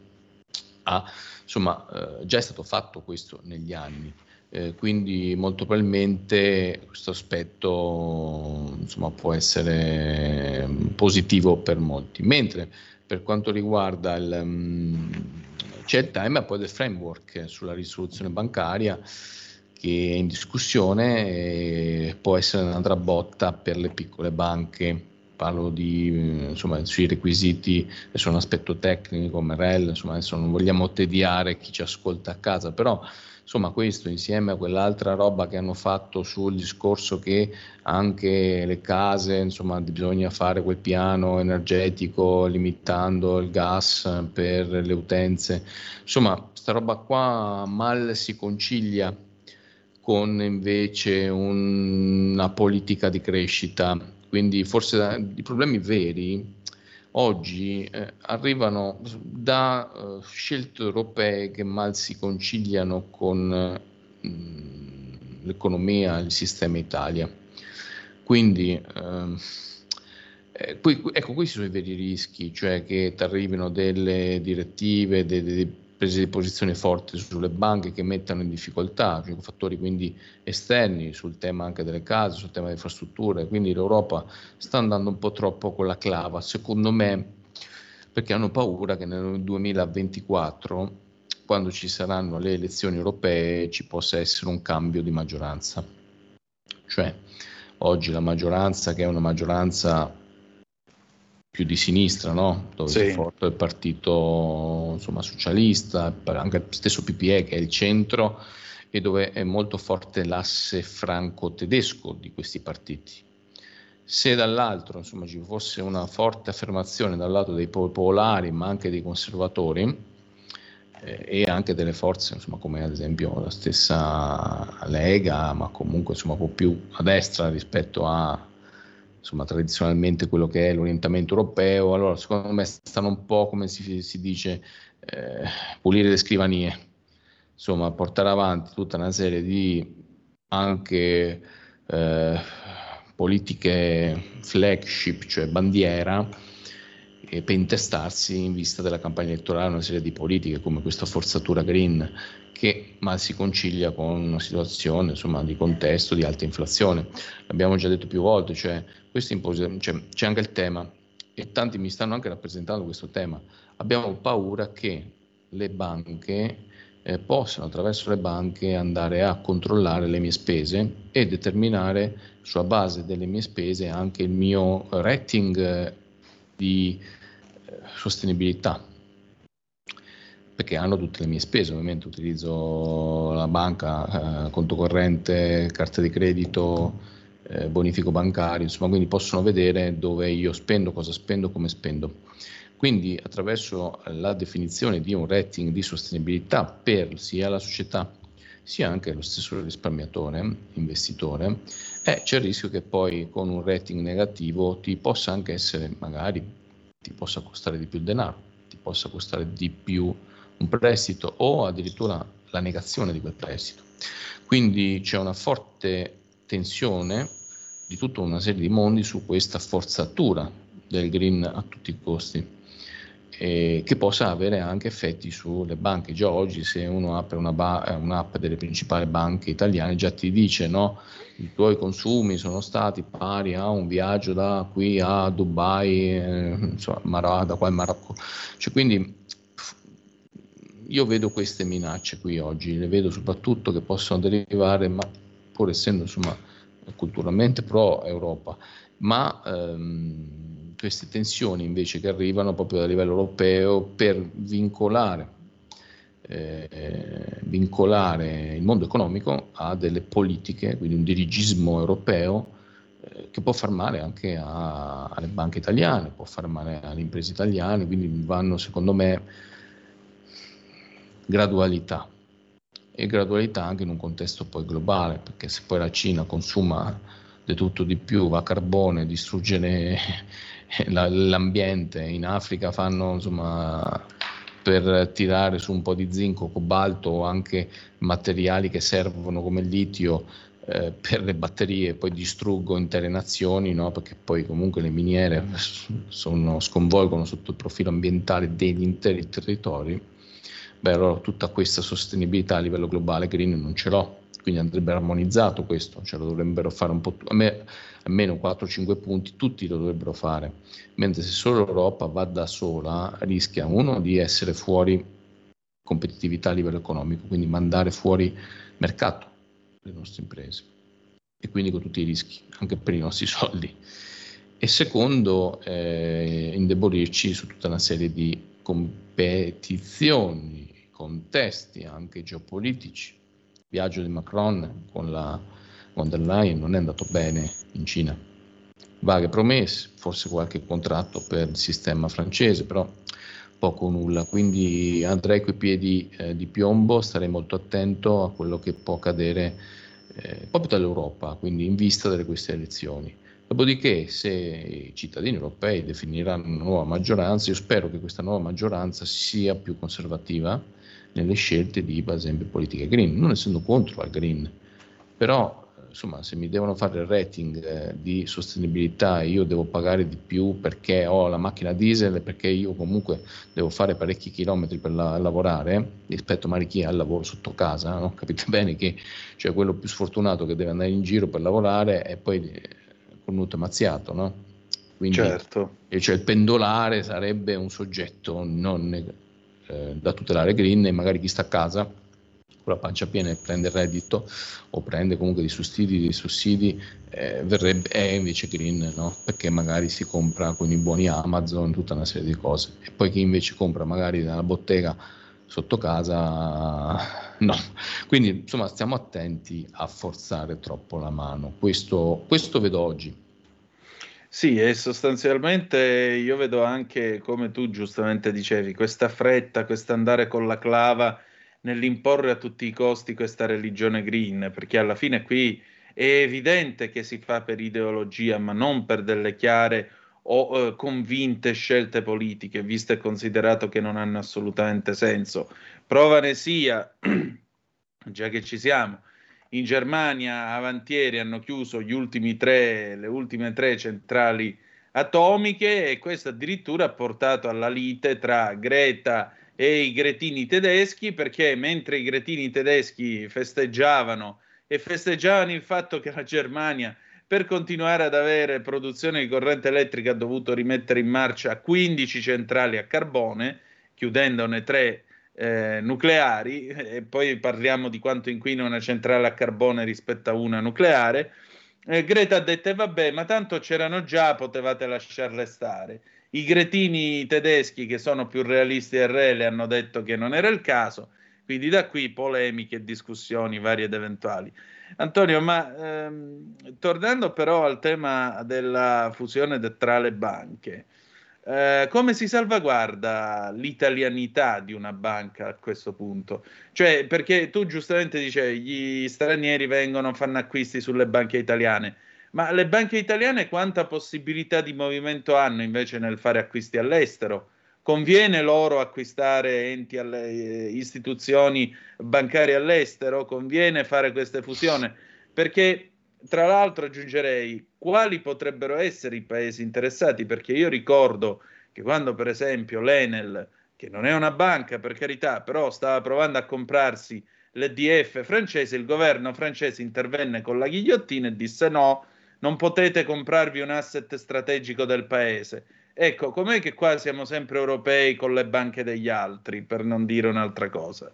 a, insomma, eh, già è stato fatto questo negli anni. Eh, quindi molto probabilmente questo aspetto, insomma, può essere positivo per molti. Mentre per quanto riguarda il, um, c'è il tema poi del framework sulla risoluzione bancaria che è in discussione e può essere un'altra botta per le piccole banche, parlo di, insomma, sui requisiti, adesso è un aspetto tecnico, M R L, insomma, adesso non vogliamo tediare chi ci ascolta a casa, però insomma questo insieme a quell'altra roba che hanno fatto sul discorso che anche le case, insomma, bisogna fare quel piano energetico limitando il gas per le utenze, insomma, sta roba qua mal si concilia con invece un, una politica di crescita, quindi forse i problemi veri oggi eh, arrivano da uh, scelte europee che mal si conciliano con uh, l'economia, il sistema Italia. Quindi uh, eh, qui, ecco, questi sono i veri rischi, cioè che ti arrivino delle direttive, delle, delle prese di posizione forti sulle banche che mettano in difficoltà, cioè fattori quindi esterni sul tema anche delle case, sul tema delle infrastrutture, quindi l'Europa sta andando un po' troppo con la clava, secondo me, perché hanno paura che nel duemilaventiquattro, quando ci saranno le elezioni europee, ci possa essere un cambio di maggioranza. Cioè, oggi la maggioranza, che è una maggioranza più di sinistra, no? Dove sì. c'è forte il partito, insomma, socialista, anche il stesso P P E che è il centro, e dove è molto forte l'asse franco-tedesco di questi partiti. Se dall'altro, insomma, ci fosse una forte affermazione dal lato dei popolari, ma anche dei conservatori, eh, e anche delle forze, insomma, come ad esempio la stessa Lega, ma comunque, insomma, un po' più a destra rispetto a, insomma, tradizionalmente quello che è l'orientamento europeo, allora secondo me stanno un po', come si, si dice, eh, pulire le scrivanie, insomma, portare avanti tutta una serie di anche eh, politiche flagship, cioè bandiera, e per intestarsi in vista della campagna elettorale una serie di politiche come questa forzatura green, che mal si concilia con una situazione, insomma, di contesto di alta inflazione. L'abbiamo già detto più volte, cioè, questo impos- cioè c'è anche il tema, e tanti mi stanno anche rappresentando questo tema, abbiamo paura che le banche eh, possano attraverso le banche andare a controllare le mie spese e determinare sulla base delle mie spese anche il mio rating eh, di eh, sostenibilità, perché hanno tutte le mie spese, ovviamente utilizzo la banca, eh, conto corrente, carta di credito, eh, bonifico bancario, insomma, quindi possono vedere dove io spendo, cosa spendo, come spendo. Quindi attraverso la definizione di un rating di sostenibilità per sia la società sia anche lo stesso risparmiatore, investitore, eh, c'è il rischio che poi con un rating negativo ti possa anche essere, magari ti possa costare di più denaro, ti possa costare di più un prestito o addirittura la negazione di quel prestito. Quindi c'è una forte tensione di tutta una serie di mondi su questa forzatura del green a tutti i costi, eh, che possa avere anche effetti sulle banche. Già oggi, se uno apre una ba- un'app delle principali banche italiane, già ti dice, no, i tuoi consumi sono stati pari a un viaggio da qui a Dubai, eh, insomma, Mar- da qua in Marocco. Cioè, quindi io vedo queste minacce qui oggi, le vedo soprattutto che possono derivare, ma pur essendo, insomma, culturalmente pro Europa, ma ehm, queste tensioni invece che arrivano proprio a livello europeo per vincolare, eh, vincolare il mondo economico a delle politiche, quindi un dirigismo europeo eh, che può far male anche a, alle banche italiane, può far male alle imprese italiane, quindi vanno, secondo me, gradualità, e gradualità anche in un contesto poi globale, perché se poi la Cina consuma di tutto di più, va a carbone, distrugge le, la, l'ambiente, in Africa fanno, insomma, per tirare su un po' di zinco, cobalto o anche materiali che servono come il litio eh, per le batterie, poi distruggo intere nazioni, no? Perché poi comunque le miniere sono, sconvolgono sotto il profilo ambientale degli interi territori. Beh, allora tutta questa sostenibilità a livello globale green non ce l'ho, quindi andrebbe armonizzato questo, cioè lo dovrebbero fare un po', a me, almeno quattro cinque punti tutti lo dovrebbero fare, mentre se solo l'Europa va da sola rischia, uno, di essere fuori competitività a livello economico, quindi mandare fuori mercato le nostre imprese, e quindi con tutti i rischi, anche per i nostri soldi. e secondo eh, indebolirci su tutta una serie di competizioni, contesti anche geopolitici. Il viaggio di Macron con la von der Leyen non è andato bene in Cina. Vaghe promesse, forse qualche contratto per il sistema francese, però poco o nulla. Quindi andrei coi piedi eh, di piombo, starei molto attento a quello che può accadere eh, proprio dall'Europa, quindi in vista delle queste elezioni. Dopodiché, se i cittadini europei definiranno una nuova maggioranza, io spero che questa nuova maggioranza sia più conservativa nelle scelte di, per esempio, politiche green, non essendo contro al green, però insomma, se mi devono fare il rating eh, di sostenibilità e io devo pagare di più perché ho la macchina diesel e perché io comunque devo fare parecchi chilometri per la, lavorare rispetto magari chi ha il lavoro sotto casa, no? Capite bene che cioè, quello più sfortunato che deve andare in giro per lavorare e poi eh, cornuto e mazziato, no? Quindi certo. E cioè il pendolare sarebbe un soggetto non eh, da tutelare green, e magari chi sta a casa con la pancia piena e prende il reddito o prende comunque dei sussidi, dei sussidi eh, verrebbe, è invece green, no? Perché magari si compra con i buoni Amazon tutta una serie di cose, e poi chi invece compra magari dalla bottega sotto casa no. Quindi insomma stiamo attenti a forzare troppo la mano, questo, questo vedo oggi. Sì, e sostanzialmente io vedo anche, come tu giustamente dicevi, questa fretta, questo andare con la clava nell'imporre a tutti i costi questa religione green, perché alla fine qui è evidente che si fa per ideologia, ma non per delle chiare o eh, convinte scelte politiche, visto e considerato che non hanno assolutamente senso. Prova ne sia, già che ci siamo, in Germania avantieri hanno chiuso gli ultimi tre, le ultime tre centrali atomiche, e questo addirittura ha portato alla lite tra Greta e i gretini tedeschi, perché mentre i gretini tedeschi festeggiavano e festeggiavano il fatto che la Germania, per continuare ad avere produzione di corrente elettrica, ha dovuto rimettere in marcia quindici centrali a carbone, chiudendone tre eh, nucleari, e poi parliamo di quanto inquina una centrale a carbone rispetto a una nucleare. eh, Greta ha detto: vabbè, ma tanto c'erano già, potevate lasciarle stare. I gretini tedeschi, che sono più realisti e rele, hanno detto che non era il caso, quindi da qui polemiche e discussioni varie ed eventuali. Antonio, ma ehm, tornando però al tema della fusione de- tra le banche, eh, come si salvaguarda l'italianità di una banca a questo punto? Cioè, perché tu giustamente dicevi, gli stranieri vengono, fanno acquisti sulle banche italiane, ma le banche italiane quanta possibilità di movimento hanno invece nel fare acquisti all'estero? Conviene loro acquistare enti alle, eh, istituzioni bancarie all'estero? Conviene fare queste fusioni? Perché, tra l'altro, aggiungerei, quali potrebbero essere i paesi interessati? Perché io ricordo che quando, per esempio, l'Enel, che non è una banca per carità, però stava provando a comprarsi l'E D F francese, il governo francese intervenne con la ghigliottina e disse no, non potete comprarvi un asset strategico del paese. Ecco, com'è che qua siamo sempre europei con le banche degli altri, per non dire un'altra cosa?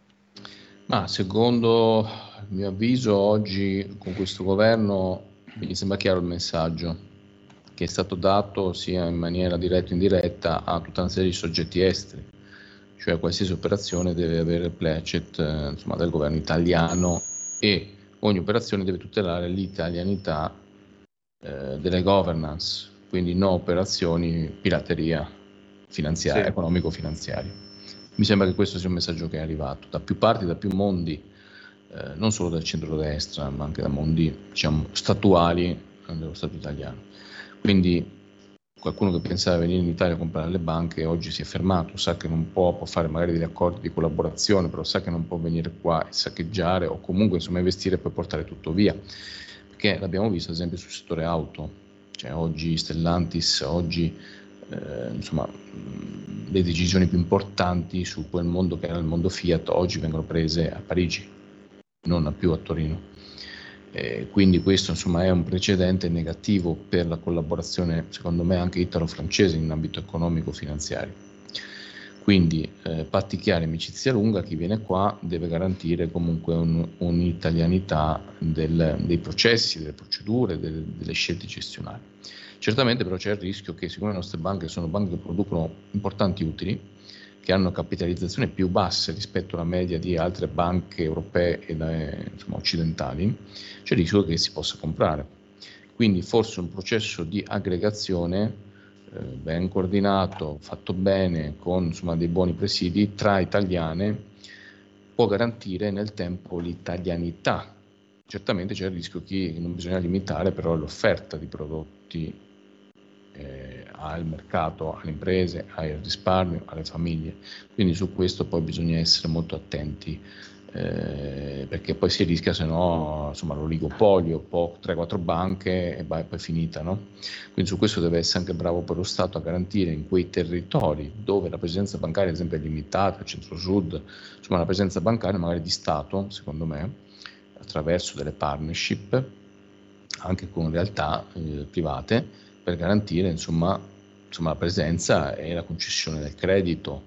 Ma secondo il mio avviso oggi con questo governo mi sembra chiaro il messaggio che è stato dato sia in maniera diretta o indiretta a tutta una serie di soggetti esteri, cioè qualsiasi operazione deve avere il placet eh, insomma, del governo italiano, e ogni operazione deve tutelare l'italianità eh, delle governance, quindi no operazioni pirateria finanziaria, Sì. economico-finanziaria. Mi sembra che questo sia un messaggio che è arrivato da più parti, da più mondi, eh, non solo dal centrodestra, ma anche da mondi, diciamo, statuali dello Stato italiano. Quindi qualcuno che pensava di venire in Italia a comprare le banche oggi si è fermato, sa che non può, può fare magari degli accordi di collaborazione, però sa che non può venire qua e saccheggiare o comunque insomma investire e poi portare tutto via, perché l'abbiamo visto ad esempio sul settore auto, cioè oggi Stellantis, oggi eh, insomma le decisioni più importanti su quel mondo che era il mondo Fiat oggi vengono prese a Parigi, non più a Torino. Eh, quindi questo insomma è un precedente negativo per la collaborazione, secondo me anche italo-francese in ambito economico-finanziario. Quindi eh, patti chiari, amicizia lunga, chi viene qua deve garantire comunque un, un'italianità del, dei processi, delle procedure, delle, delle scelte gestionali. Certamente però c'è il rischio che, siccome le nostre banche sono banche che producono importanti utili, che hanno capitalizzazioni più basse rispetto alla media di altre banche europee e eh, insomma, occidentali, c'è il rischio che si possa comprare. Quindi forse un processo di aggregazione eh, ben coordinato, fatto bene, con insomma, dei buoni presidi tra italiane, può garantire nel tempo l'italianità. Certamente c'è il rischio che non bisogna limitare però l'offerta di prodotti eh, al mercato, alle imprese, al risparmio, alle famiglie. Quindi su questo poi bisogna essere molto attenti, eh, perché poi si rischia, se no, insomma, l'oligopolio, po' tre quattro banche e poi è finita, no? Quindi su questo deve essere anche bravo per lo Stato a garantire in quei territori dove la presenza bancaria, ad esempio, è limitata, centro-sud, insomma, la presenza bancaria magari di Stato, secondo me, attraverso delle partnership anche con realtà eh, private, per garantire insomma, insomma la presenza e la concessione del credito,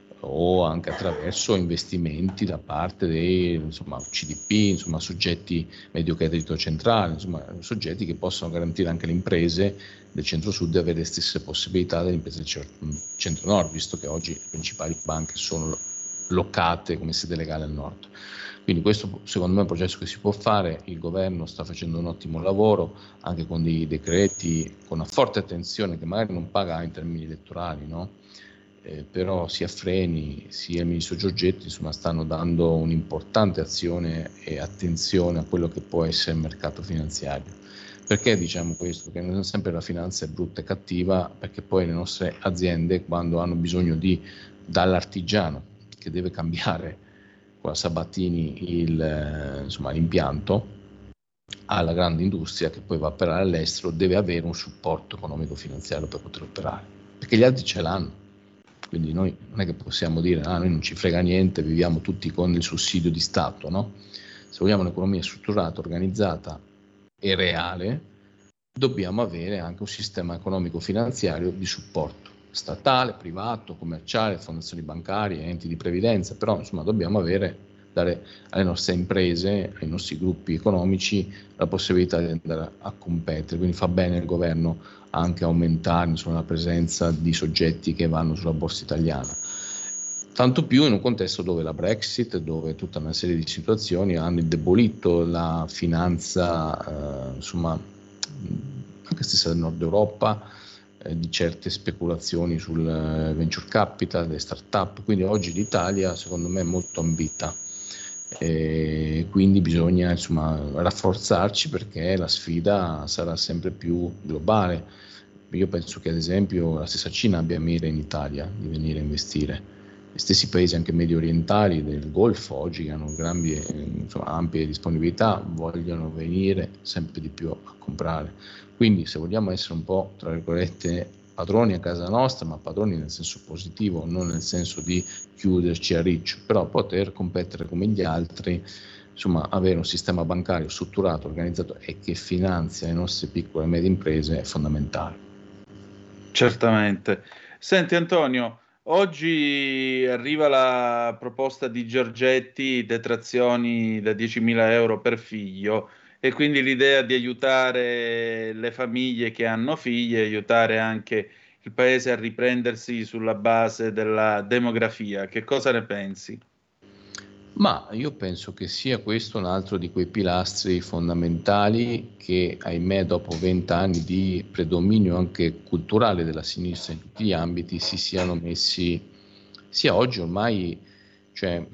o anche attraverso investimenti da parte dei insomma, C D P, insomma soggetti medio credito centrale, insomma soggetti che possono garantire anche le imprese del centro-sud di avere le stesse possibilità delle imprese del centro-nord, visto che oggi le principali banche sono locate come sede legale al nord. Quindi questo secondo me è un processo che si può fare, il governo sta facendo un ottimo lavoro anche con dei decreti, con una forte attenzione che magari non paga in termini elettorali, no? Eh, però sia Freni sia il ministro Giorgetti insomma, stanno dando un'importante azione e attenzione a quello che può essere il mercato finanziario. Perché diciamo questo? Perché non sempre la finanza è brutta e cattiva, perché poi le nostre aziende, quando hanno bisogno di, dall'artigiano che deve cambiare con la Sabatini il, insomma, l'impianto, alla grande industria che poi va a operare all'estero, deve avere un supporto economico-finanziario per poter operare, perché gli altri ce l'hanno. Quindi noi non è che possiamo dire ah, noi non ci frega niente, viviamo tutti con il sussidio di Stato, no? Se vogliamo un'economia strutturata, organizzata e reale, dobbiamo avere anche un sistema economico-finanziario di supporto statale, privato, commerciale, fondazioni bancarie, enti di previdenza, però insomma dobbiamo avere, dare alle nostre imprese, ai nostri gruppi economici la possibilità di andare a competere, quindi fa bene il governo anche aumentare insomma, la presenza di soggetti che vanno sulla borsa italiana. Tanto più in un contesto dove la Brexit, dove tutta una serie di situazioni hanno indebolito la finanza, eh, insomma, anche stessa del Nord Europa, eh, di certe speculazioni sul uh, venture capital, delle start-up. Quindi oggi l'Italia, secondo me, è molto ambita. E quindi bisogna insomma rafforzarci perché la sfida sarà sempre più globale. Io penso che ad esempio la stessa Cina abbia mira in Italia di venire a investire, gli stessi paesi anche medio orientali del Golfo oggi che hanno grandi, insomma, ampie disponibilità vogliono venire sempre di più a comprare. Quindi se vogliamo essere un po' tra virgolette padroni a casa nostra, ma padroni nel senso positivo, non nel senso di chiuderci a riccio, però poter competere come gli altri, insomma avere un sistema bancario strutturato, organizzato e che finanzia le nostre piccole e medie imprese è fondamentale. Certamente. Senti Antonio, oggi arriva la proposta di Giorgetti, detrazioni da diecimila euro per figlio, e quindi l'idea di aiutare le famiglie che hanno figli, aiutare anche il paese a riprendersi sulla base della demografia. Che cosa ne pensi? Ma io penso che sia questo un altro di quei pilastri fondamentali che, ahimè, dopo vent'anni di predominio anche culturale della sinistra in tutti gli ambiti, si siano messi, sia oggi ormai, cioè,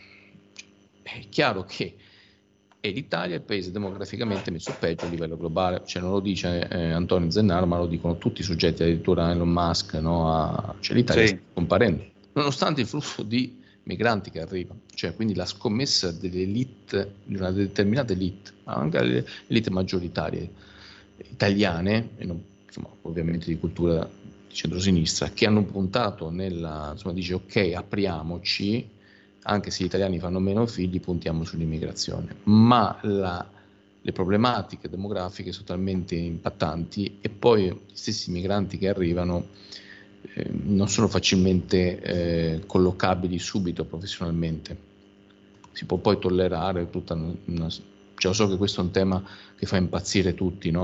è chiaro che è l'Italia il paese demograficamente messo peggio a livello globale, cioè non lo dice eh, Antonio Zennaro, ma lo dicono tutti i soggetti, addirittura Elon Musk, no? A, cioè l'Italia sì. sta scomparendo, nonostante il flusso di migranti che arrivano, cioè quindi la scommessa dell'elite, di una determinata elite, ma anche le elite maggioritarie italiane, e non, insomma, ovviamente di cultura di centrosinistra, che hanno puntato nella, insomma, dice ok, apriamoci, anche se gli italiani fanno meno figli, puntiamo sull'immigrazione, ma la, le problematiche demografiche sono talmente impattanti e poi gli stessi migranti che arrivano eh, non sono facilmente eh, collocabili subito professionalmente. Si può poi tollerare tutta una, una cioè so che questo è un tema che fa impazzire tutti, no?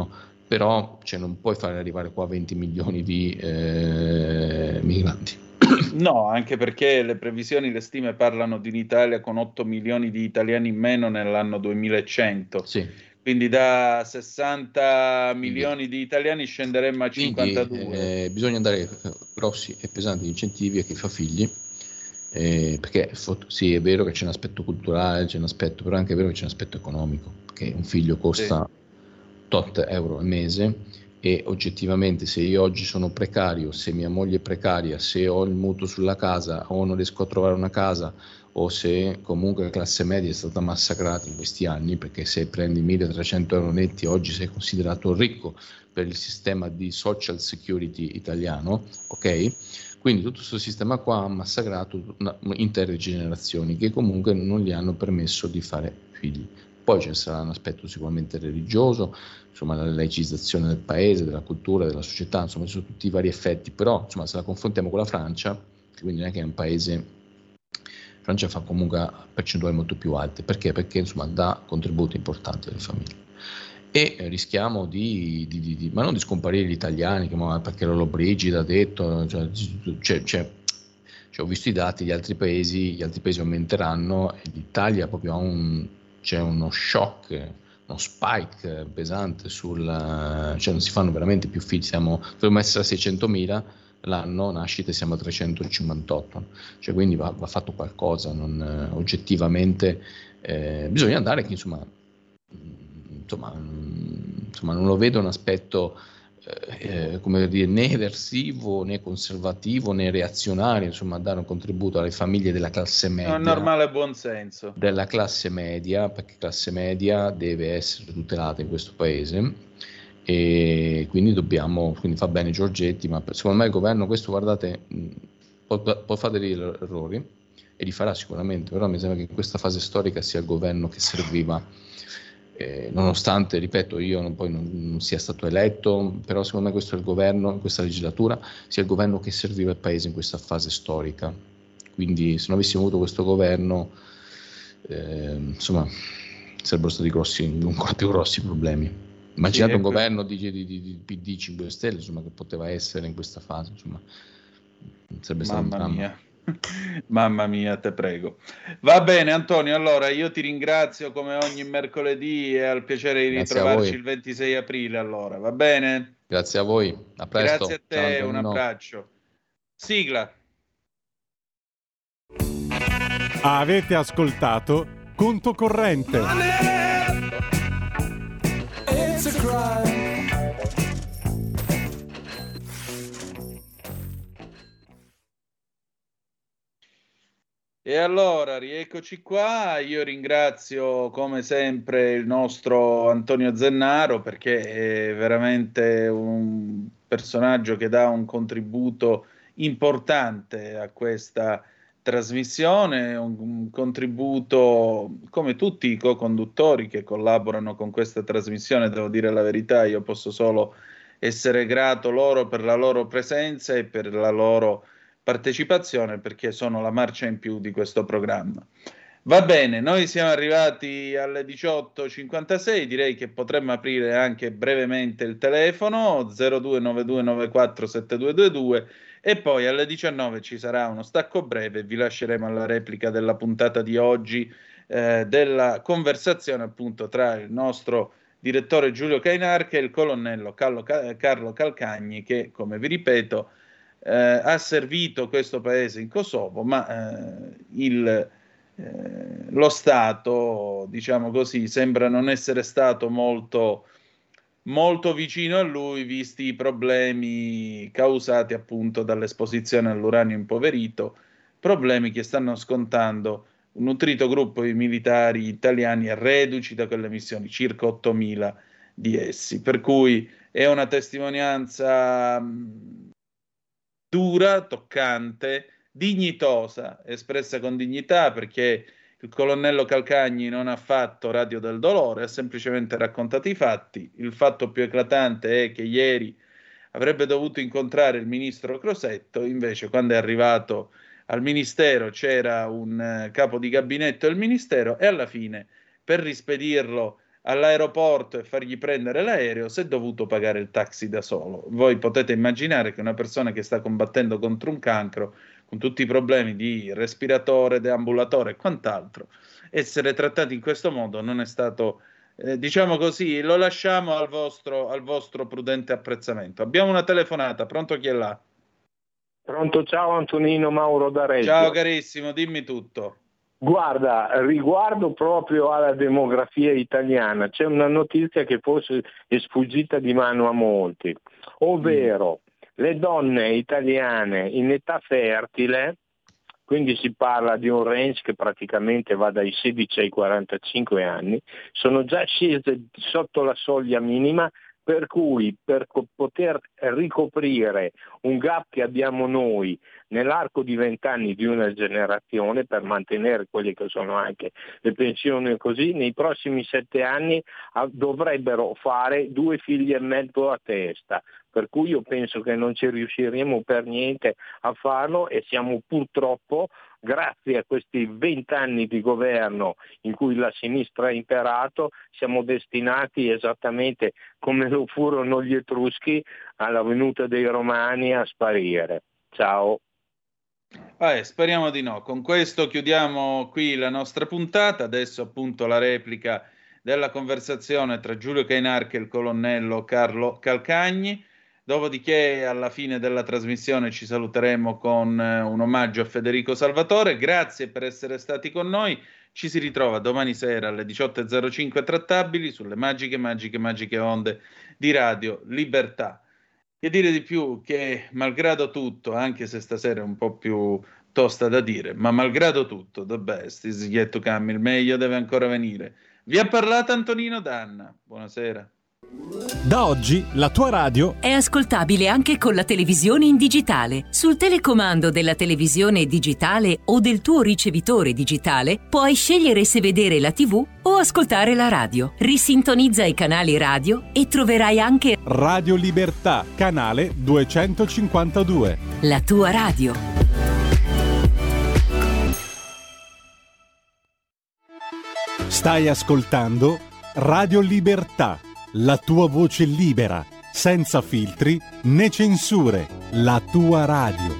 però cioè, non puoi fare arrivare qua venti milioni di eh, migranti. No, anche perché le previsioni, le stime parlano di un'Italia con otto milioni di italiani in meno nell'anno duemilacento. Sì. Quindi da sessanta Quindi, milioni di italiani scenderemmo a quindi, cinquantadue. Eh, bisogna dare grossi e pesanti incentivi a chi fa figli, eh, perché sì, è vero che c'è un aspetto culturale, c'è un aspetto, però è anche vero che c'è un aspetto economico, perché un figlio costa sì. tot euro al mese, e oggettivamente se io oggi sono precario, se mia moglie è precaria, se ho il mutuo sulla casa o non riesco a trovare una casa, o se comunque la classe media è stata massacrata in questi anni, perché se prendi milletrecento euro netti oggi sei considerato ricco per il sistema di social security italiano, ok? Quindi tutto questo sistema qua ha massacrato una, intere generazioni che comunque non gli hanno permesso di fare figli. Poi ci sarà un aspetto sicuramente religioso, insomma la laicizzazione del paese, della cultura, della società, insomma ci sono tutti i vari effetti, però insomma se la confrontiamo con la Francia, che quindi non è che è un paese, Francia fa comunque percentuali molto più alte, perché? Perché insomma dà contributi importanti alle famiglie. E rischiamo di, di, di, di ma non di scomparire gli italiani, che, ma perché Lollobrigida ha detto, cioè, cioè, cioè, cioè, ho visto i dati, gli altri paesi, gli altri paesi aumenteranno, e l'Italia proprio ha un, c'è uno shock, uno spike pesante sul, cioè non si fanno veramente più figli, siamo, dovremmo essere a seicentomila l'anno nascite, siamo a trecentocinquantotto, cioè quindi va, va fatto qualcosa, non, oggettivamente eh, bisogna andare che insomma Insomma, insomma, non lo vedo un aspetto eh, come dire, né eversivo né conservativo né reazionario, insomma, dare un contributo alle famiglie della classe media. È un normale buonsenso. Della classe media, perché classe media deve essere tutelata in questo paese, e quindi dobbiamo, quindi fa bene Giorgetti, ma secondo me il governo, questo guardate, può, può fare degli errori e li farà sicuramente, però mi sembra che in questa fase storica sia il governo che serviva. Eh, nonostante, ripeto, io non, poi non, non sia stato eletto, però secondo me questo è il governo, in questa legislatura, sia il governo che serviva il paese in questa fase storica. Quindi se non avessimo avuto questo governo, eh, insomma, sarebbero stati grossi, ancora più grossi problemi. Immaginate sì, un governo di, di, di, di P D cinque Stelle, insomma, che poteva essere in questa fase, insomma, sarebbe stato un dramma. Mia. Mamma mia, te prego. Va bene Antonio, allora io ti ringrazio come ogni mercoledì e al piacere di Grazie ritrovarci il ventisei aprile, allora, va bene? Grazie a voi, a presto. Grazie a te, un abbraccio. Sigla. Avete ascoltato Conto Corrente. It's a crime. E allora, rieccoci qua, io ringrazio come sempre il nostro Antonio Zennaro perché è veramente un personaggio che dà un contributo importante a questa trasmissione, un, un contributo come tutti i co-conduttori che collaborano con questa trasmissione, devo dire la verità, io posso solo essere grato loro per la loro presenza e per la loro partecipazione perché sono la marcia in più di questo programma. Va bene, noi siamo arrivati alle diciotto e cinquantasei, direi che potremmo aprire anche brevemente il telefono zero due nove due nove quattro sette due due due e poi alle diciannove ci sarà uno stacco breve e vi lasceremo alla replica della puntata di oggi eh, della conversazione appunto tra il nostro direttore Giulio Cainarca e il colonnello Carlo, Carlo Calcagni che, come vi ripeto, Eh, ha servito questo paese in Kosovo, ma eh, il, eh, lo Stato, diciamo così, sembra non essere stato molto, molto vicino a lui, visti i problemi causati appunto dall'esposizione all'uranio impoverito, problemi che stanno scontando un nutrito gruppo di militari italiani reduci da quelle missioni, circa ottomila di essi, per cui è una testimonianza dura, toccante, dignitosa, espressa con dignità perché il colonnello Calcagni non ha fatto radio del dolore, ha semplicemente raccontato i fatti. Il fatto più eclatante è che ieri avrebbe dovuto incontrare il ministro Crosetto, invece quando è arrivato al ministero c'era un capo di gabinetto del ministero e alla fine per rispedirlo all'aeroporto e fargli prendere l'aereo, si è dovuto pagare il taxi da solo. Voi potete immaginare che una persona che sta combattendo contro un cancro, con tutti i problemi di respiratore, deambulatore e quant'altro, essere trattati in questo modo non è stato, eh, diciamo così, lo lasciamo al vostro, al vostro prudente apprezzamento. Abbiamo una telefonata, pronto, chi è là? Pronto, ciao Antonino, Mauro da Reggio. Ciao carissimo, dimmi tutto. Guarda, riguardo proprio alla demografia italiana, c'è una notizia che forse è sfuggita di mano a molti, ovvero mm. le donne italiane in età fertile, quindi si parla di un range che praticamente va dai sedici ai quarantacinque anni, sono già scese sotto la soglia minima, per cui per co- poter ricoprire un gap che abbiamo noi nell'arco di vent'anni di una generazione, per mantenere quelle che sono anche le pensioni e così, nei prossimi sette anni ah, dovrebbero fare due figli e mezzo a testa, per cui io penso che non ci riusciremo per niente a farlo e siamo purtroppo, grazie a questi vent'anni di governo in cui la sinistra ha imperato, siamo destinati esattamente come lo furono gli Etruschi alla venuta dei Romani a sparire. Ciao. Ah, speriamo di no. Con questo chiudiamo qui la nostra puntata. Adesso appunto la replica della conversazione tra Giulio Cainarca e il colonnello Carlo Calcagni. Dopodiché alla fine della trasmissione ci saluteremo con eh, un omaggio a Federico Salvatore. Grazie per essere stati con noi. Ci si ritrova domani sera alle diciotto e zero cinque trattabili sulle magiche, magiche, magiche onde di Radio Libertà. Che dire di più che malgrado tutto, anche se stasera è un po' più tosta da dire, ma malgrado tutto, the best is yet to come, il meglio deve ancora venire. Vi ha parlato Antonino Danna. Buonasera. Da oggi la tua radio è ascoltabile anche con la televisione in digitale. Sul telecomando della televisione digitale o del tuo ricevitore digitale puoi scegliere se vedere la tivù o ascoltare la radio. Risintonizza i canali radio e troverai anche Radio Libertà, canale duecentocinquantadue. La tua radio. Stai ascoltando Radio Libertà, la tua voce libera, senza filtri né censure, la tua radio.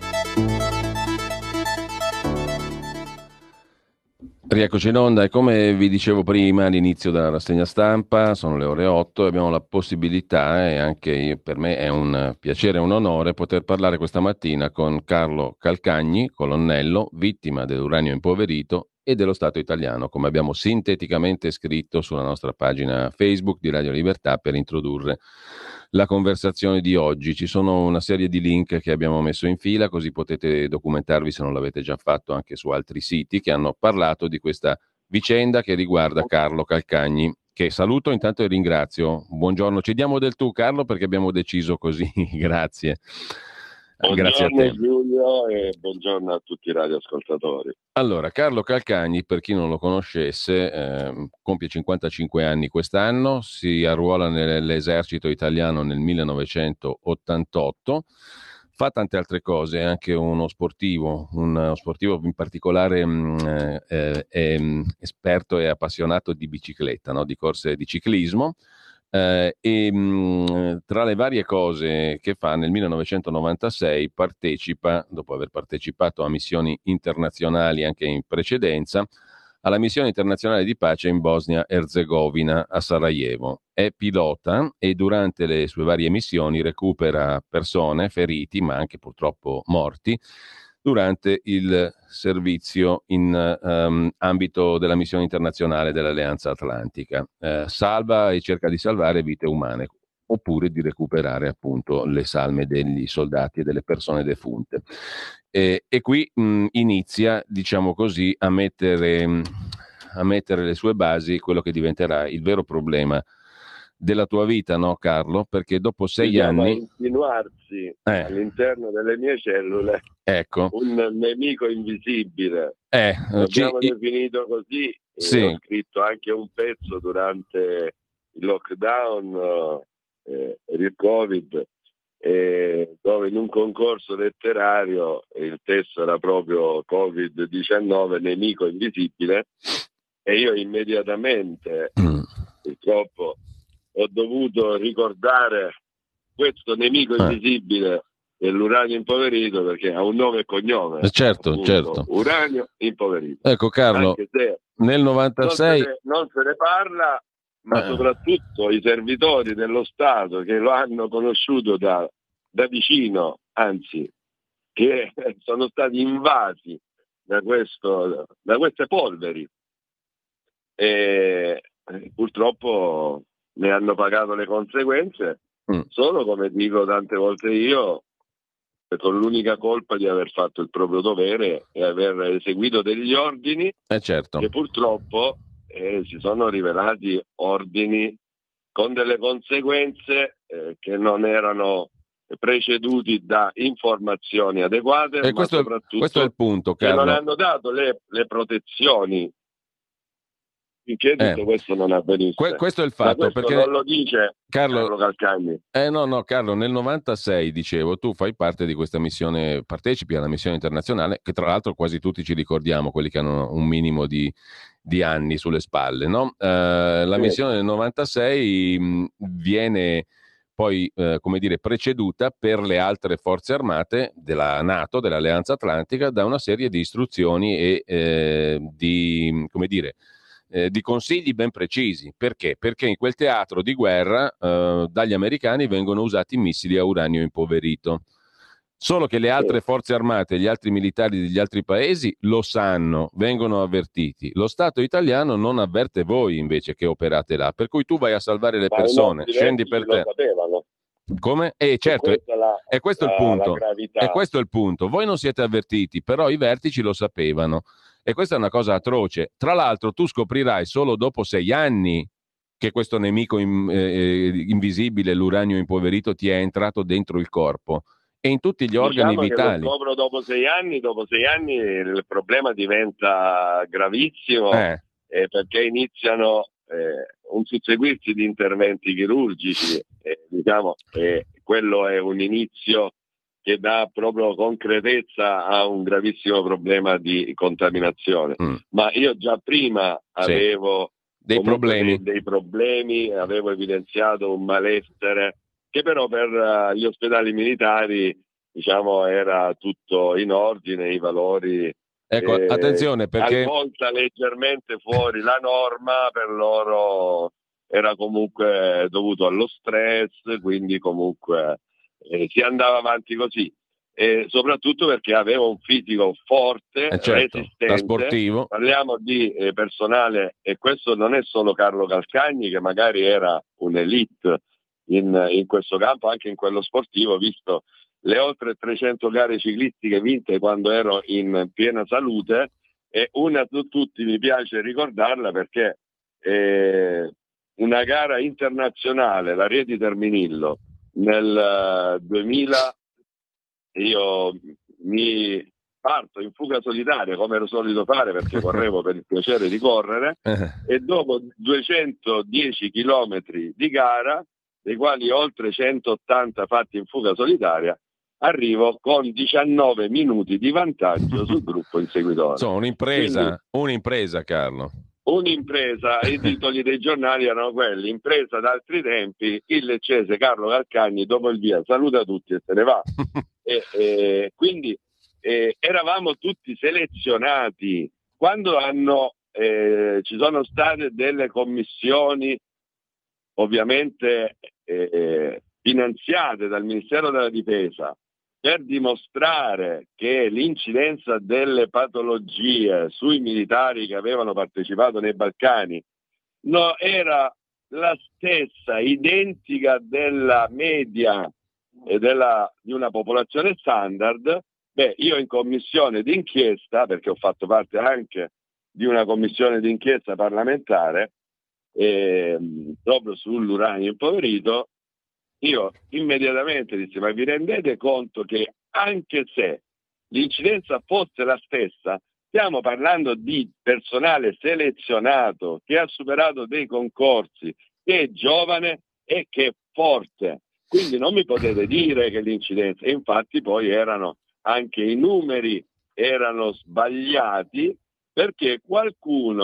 Rieccoci in onda e come vi dicevo prima all'inizio della rassegna stampa, sono le ore otto e abbiamo la possibilità, e anche io, per me è un piacere e un onore, poter parlare questa mattina con Carlo Calcagni, colonnello, vittima dell'uranio impoverito e dello Stato italiano, come abbiamo sinteticamente scritto sulla nostra pagina Facebook di Radio Libertà per introdurre la conversazione di oggi. Ci sono una serie di link che abbiamo messo in fila, così potete documentarvi, se non l'avete già fatto, anche su altri siti che hanno parlato di questa vicenda che riguarda Carlo Calcagni, che saluto intanto e ringrazio. Buongiorno, ci diamo del tu Carlo perché abbiamo deciso così, grazie. Buongiorno Grazie a te. Giulio e buongiorno a tutti i radioascoltatori. Allora, Carlo Calcagni, per chi non lo conoscesse, eh, compie cinquantacinque anni quest'anno, si arruola nell'esercito italiano nel millenovecentottantotto, fa tante altre cose, è anche uno sportivo, uno sportivo in particolare mh, eh, è mh, esperto e appassionato di bicicletta, no? Di corse di ciclismo. Eh, e mh, tra le varie cose che fa, nel millenovecentonovantasei partecipa, dopo aver partecipato a missioni internazionali anche in precedenza, alla missione internazionale di pace in Bosnia-Erzegovina a Sarajevo. È pilota e durante le sue varie missioni recupera persone, feriti ma anche purtroppo morti, durante il servizio in um, ambito della missione internazionale dell'Alleanza Atlantica. Eh, salva e cerca di salvare vite umane, oppure di recuperare appunto le salme degli soldati e delle persone defunte. E, e qui mh, inizia, diciamo così, a mettere, mh, a mettere le sue basi quello che diventerà il vero problema della tua vita, no Carlo? Perché dopo sei Bisogna anni insinuarsi eh. all'interno delle mie cellule, ecco, un nemico invisibile. Eh, Abbiamo ci... definito così. Sì. Ho scritto anche un pezzo durante il lockdown eh, per il Covid, eh, dove in un concorso letterario il testo era proprio covid diciannove, nemico invisibile, e io immediatamente mm. purtroppo ho dovuto ricordare questo nemico invisibile dell'uranio impoverito, perché ha un nome e cognome. Eh, certo, appunto, certo. Uranio impoverito. Ecco Carlo, Anche se nel novantasei... Non se, ne, non se ne parla, ma eh. soprattutto i servitori dello Stato che lo hanno conosciuto da, da vicino, anzi, che sono stati invasi da, questo, da queste polveri. E purtroppo ne hanno pagato le conseguenze, mm. solo, come dico tante volte io, con l'unica colpa di aver fatto il proprio dovere e aver eseguito degli ordini eh certo. che purtroppo eh, si sono rivelati ordini con delle conseguenze eh, che non erano preceduti da informazioni adeguate, e ma questo, soprattutto questo è il punto, Carlo. che non hanno dato le, le protezioni finché tutto eh. questo non avvenisse. Que- questo è il fatto, ma questo perché non lo dice Carlo, Carlo Calcagni. Eh no, no, Carlo, nel novantasei, dicevo, tu fai parte di questa missione, partecipi alla missione internazionale, che tra l'altro quasi tutti ci ricordiamo, quelli che hanno un minimo di, di anni sulle spalle, no? Eh, la Sì. missione del novantasei mh, viene poi, eh, come dire, preceduta per le altre forze armate della NATO, dell'Alleanza Atlantica, da una serie di istruzioni e eh, di, come dire, Eh, di consigli ben precisi. Perché? Perché in quel teatro di guerra eh, dagli americani vengono usati missili a uranio impoverito. Solo che le altre forze armate, gli altri militari degli altri paesi lo sanno, vengono avvertiti. Lo Stato italiano non avverte voi invece che operate là, per cui tu vai a salvare le Ma persone, scendi per lo te. sapevano. Come? Eh, certo, è, la, è questo la, il punto. La gravità. È questo il punto. Voi non siete avvertiti, però i vertici lo sapevano. E questa è una cosa atroce. Tra l'altro tu scoprirai solo dopo sei anni che questo nemico in, eh, invisibile, l'uranio impoverito, ti è entrato dentro il corpo e in tutti gli organi diciamo vitali. Che lo scopro dopo sei anni, dopo sei anni il problema diventa gravissimo eh. Eh, perché iniziano eh, un susseguirsi di interventi chirurgici. Eh, diciamo, eh, quello è un inizio che dà proprio concretezza a un gravissimo problema di contaminazione. Mm. Ma io già prima sì. avevo dei problemi. Dei, dei problemi, avevo evidenziato un malessere che però per uh, gli ospedali militari, diciamo, era tutto in ordine, i valori ecco, eh, attenzione perché talvolta leggermente fuori la norma, per loro era comunque dovuto allo stress, quindi comunque Eh, si andava avanti così, e soprattutto perché avevo un fisico forte, eh certo, resistente, sportivo. Parliamo di eh, personale, e questo non è solo Carlo Calcagni, che magari era un'elite in, in questo campo, anche in quello sportivo, visto le oltre trecento gare ciclistiche vinte quando ero in piena salute, e una su tutti mi piace ricordarla perché eh, una gara internazionale, la Rieti Terminillo, nel duemila io mi parto in fuga solitaria come ero solito fare, perché correvo per il piacere di correre, e dopo duecentodieci chilometri di gara, dei quali oltre centottanta fatti in fuga solitaria, arrivo con diciannove minuti di vantaggio sul gruppo inseguitore. So, un'impresa, Quindi, un'impresa Carlo. Un'impresa, i titoli dei giornali erano quelli: impresa d'altri tempi, il leccese Carlo Calcagni dopo il via saluta tutti e se ne va. e, e, quindi eh, eravamo tutti selezionati. Quando hanno eh, ci sono state delle commissioni ovviamente eh, finanziate dal Ministero della Difesa per dimostrare che l'incidenza delle patologie sui militari che avevano partecipato nei Balcani no, era la stessa, identica della media e della, di una popolazione standard, beh, io in commissione d'inchiesta, perché ho fatto parte anche di una commissione d'inchiesta parlamentare eh, proprio sull'uranio impoverito, io immediatamente dissi: ma vi rendete conto che anche se l'incidenza fosse la stessa, stiamo parlando di personale selezionato che ha superato dei concorsi, che è giovane e che è forte, quindi non mi potete dire che l'incidenza, e infatti poi erano anche i numeri erano sbagliati, perché qualcuno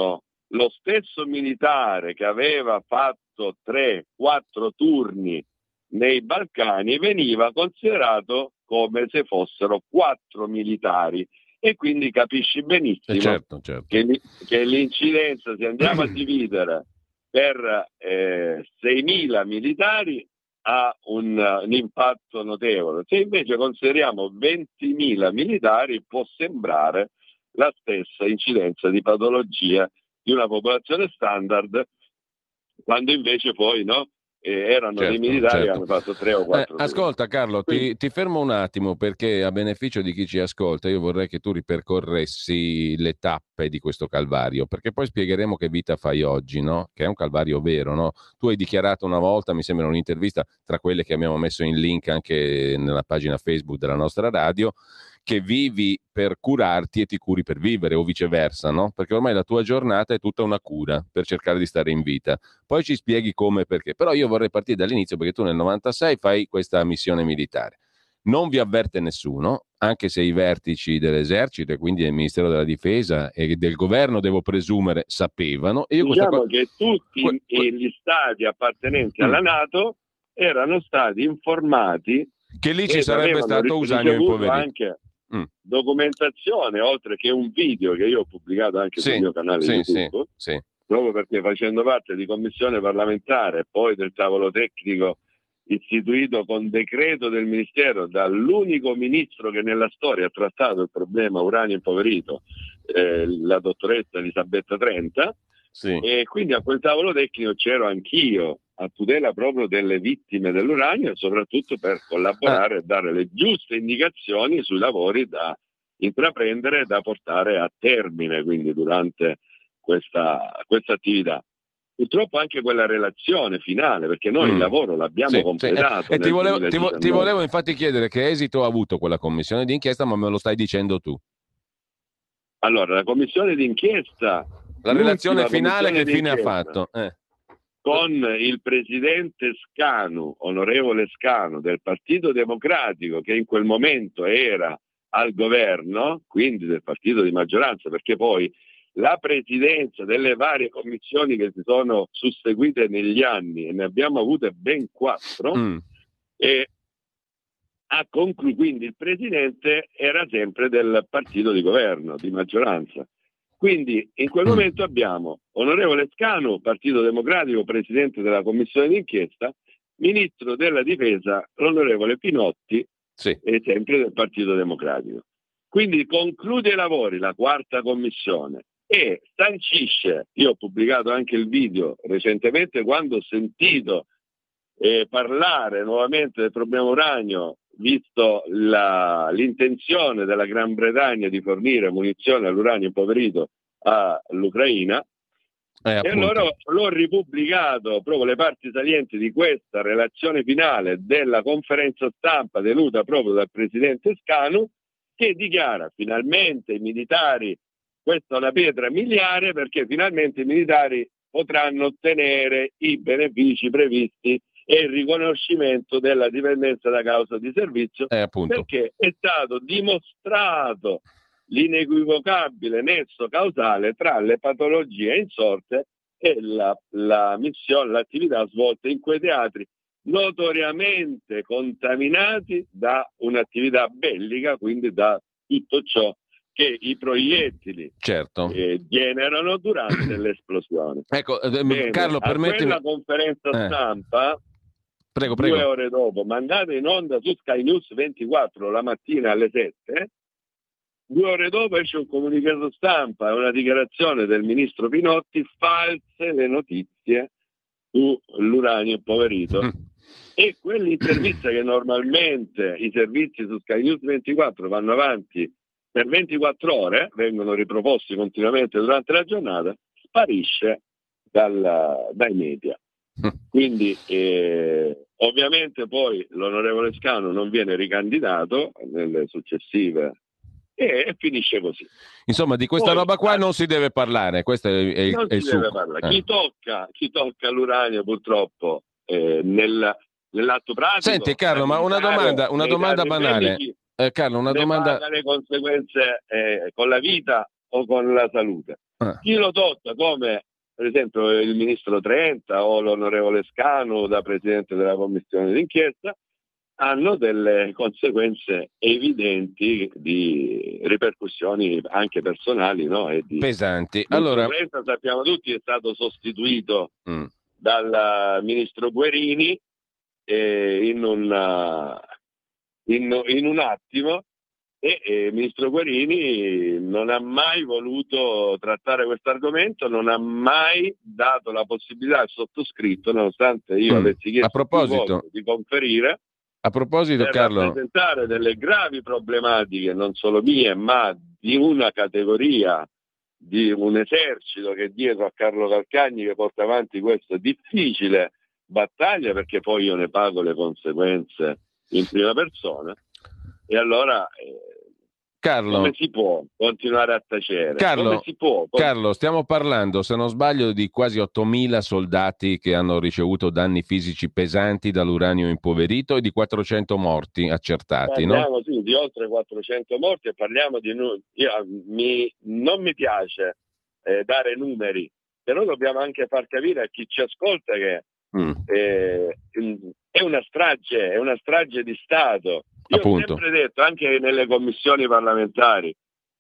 lo stesso militare che aveva fatto tre quattro turni nei Balcani veniva considerato come se fossero quattro militari, e quindi capisci benissimo eh certo, certo. Che, che l'incidenza, se andiamo a dividere per eh, seimila militari, ha un, un impatto notevole. Se invece consideriamo ventimila militari, può sembrare la stessa incidenza di patologia di una popolazione standard, quando invece poi no, eh, erano certo, dei militari certo. che hanno fatto tre o quattro. Eh, ascolta Carlo, ti, ti fermo un attimo, perché a beneficio di chi ci ascolta io vorrei che tu ripercorressi le tappe di questo calvario, perché poi spiegheremo che vita fai oggi, no? Che è un calvario vero, no? Tu hai dichiarato una volta, mi sembra un'intervista tra quelle che abbiamo messo in link anche nella pagina Facebook della nostra radio, che vivi per curarti e ti curi per vivere, o viceversa, no? Perché ormai la tua giornata è tutta una cura per cercare di stare in vita. Poi ci spieghi come e perché. Però io vorrei partire dall'inizio, perché tu nel novantasei fai questa missione militare. Non vi avverte nessuno, anche se i vertici dell'esercito e quindi del Ministero della Difesa e del governo, devo presumere, sapevano. E io diciamo questa che tutti que- que- gli stati appartenenti mm. alla NATO erano stati informati che lì ci sarebbe stato Usanio impoverito. Anche mm. documentazione, oltre che un video che io ho pubblicato anche sì, sul mio canale sì, YouTube, sì, sì. proprio perché facendo parte di commissione parlamentare e poi del tavolo tecnico istituito con decreto del Ministero dall'unico ministro che nella storia ha trattato il problema uranio impoverito, eh, la dottoressa Elisabetta Trenta, sì. E quindi a quel tavolo tecnico c'ero anch'io a tutela proprio delle vittime dell'uranio e soprattutto per collaborare ah. e dare le giuste indicazioni sui lavori da intraprendere e da portare a termine quindi durante questa, questa attività. Purtroppo anche quella relazione finale, perché noi mm. il lavoro l'abbiamo sì, completato. Sì. E, e ti, volevo, ti, vo- ti volevo infatti chiedere che esito ha avuto quella commissione d'inchiesta, ma me lo stai dicendo tu. Allora, la commissione d'inchiesta... La relazione finale che fine ha fatto? Eh. Con il presidente Scanu, onorevole Scanu, del Partito Democratico, che in quel momento era al governo, quindi del partito di maggioranza, perché poi la presidenza delle varie commissioni che si sono susseguite negli anni, e ne abbiamo avute ben quattro, mm. e a conclu- quindi il presidente era sempre del partito di governo, di maggioranza. Quindi in quel momento abbiamo onorevole Scanu, Partito Democratico, presidente della commissione d'inchiesta, ministro della difesa, l'onorevole Pinotti, sì. e sempre del Partito Democratico. Quindi conclude i lavori la quarta commissione e sancisce, io ho pubblicato anche il video recentemente quando ho sentito eh, parlare nuovamente del problema uranio, visto la, l'intenzione della Gran Bretagna di fornire munizioni all'uranio impoverito all'Ucraina, eh, e allora l'ho ripubblicato proprio le parti salienti di questa relazione finale della conferenza stampa tenuta proprio dal presidente Scanu, che dichiara finalmente i militari, questa è una pietra miliare, perché finalmente i militari potranno ottenere i benefici previsti e il riconoscimento della dipendenza da causa di servizio, eh, perché è stato dimostrato l'inequivocabile nesso causale tra le patologie insorte e la, la missione, l'attività svolta in quei teatri notoriamente contaminati da un'attività bellica, quindi da tutto ciò che i proiettili certo. eh, generano durante l'esplosione. Ecco, eh, Bene, Carlo, permettimi... a quella conferenza eh. stampa, prego, due prego. ore dopo, mandata in onda su Sky News ventiquattro la mattina alle sette, due ore dopo esce un comunicato stampa e una dichiarazione del ministro Pinotti, false le notizie sull'uranio impoverito. Mm. E quell'intervista che normalmente i servizi su Sky News ventiquattro vanno avanti per ventiquattro ore, vengono riproposti continuamente durante la giornata, sparisce dal, dai media. Quindi eh, ovviamente poi l'onorevole Scanu non viene ricandidato nelle successive e, e finisce così. Insomma, di questa poi, roba qua non si deve parlare, questo è, è, non è il si deve succo. parlare. Eh. Chi tocca, chi tocca l'uranio purtroppo eh, nel, nell'atto pratico. Senti Carlo, ma una domanda, una domanda banale. Eh, Carlo, una ne domanda. paga le conseguenze eh, con la vita o con la salute. Ah. Chi lo totta, come per esempio il ministro Trenta o l'onorevole Scanu da presidente della commissione d'inchiesta, hanno delle conseguenze evidenti di ripercussioni anche personali, no? E di... pesanti. Allora, Trenta, sappiamo tutti, è stato sostituito mm. dal ministro Guerini eh, in, una, in, in un attimo, e eh, il ministro Guerini non ha mai voluto trattare questo argomento, non ha mai dato la possibilità al sottoscritto, nonostante io mm. avessi chiesto a proposito, più volte di conferire, a proposito per Carlo, rappresentare delle gravi problematiche, non solo mie, ma di una categoria, di un esercito che è dietro a Carlo Calcagni, che porta avanti questa difficile battaglia, perché poi io ne pago le conseguenze in prima persona. E allora eh, Carlo, come si può continuare a tacere? Carlo, come si può? Carlo, stiamo parlando, se non sbaglio, di quasi ottomila soldati che hanno ricevuto danni fisici pesanti dall'uranio impoverito e di quattrocento morti accertati, parliamo, no? Sì, di oltre quattrocento morti, e parliamo di nu- io, mi, non mi piace eh, dare numeri, però dobbiamo anche far capire a chi ci ascolta che Mm. eh, è una strage, è una strage di Stato. Io Appunto. ho sempre detto, anche nelle commissioni parlamentari,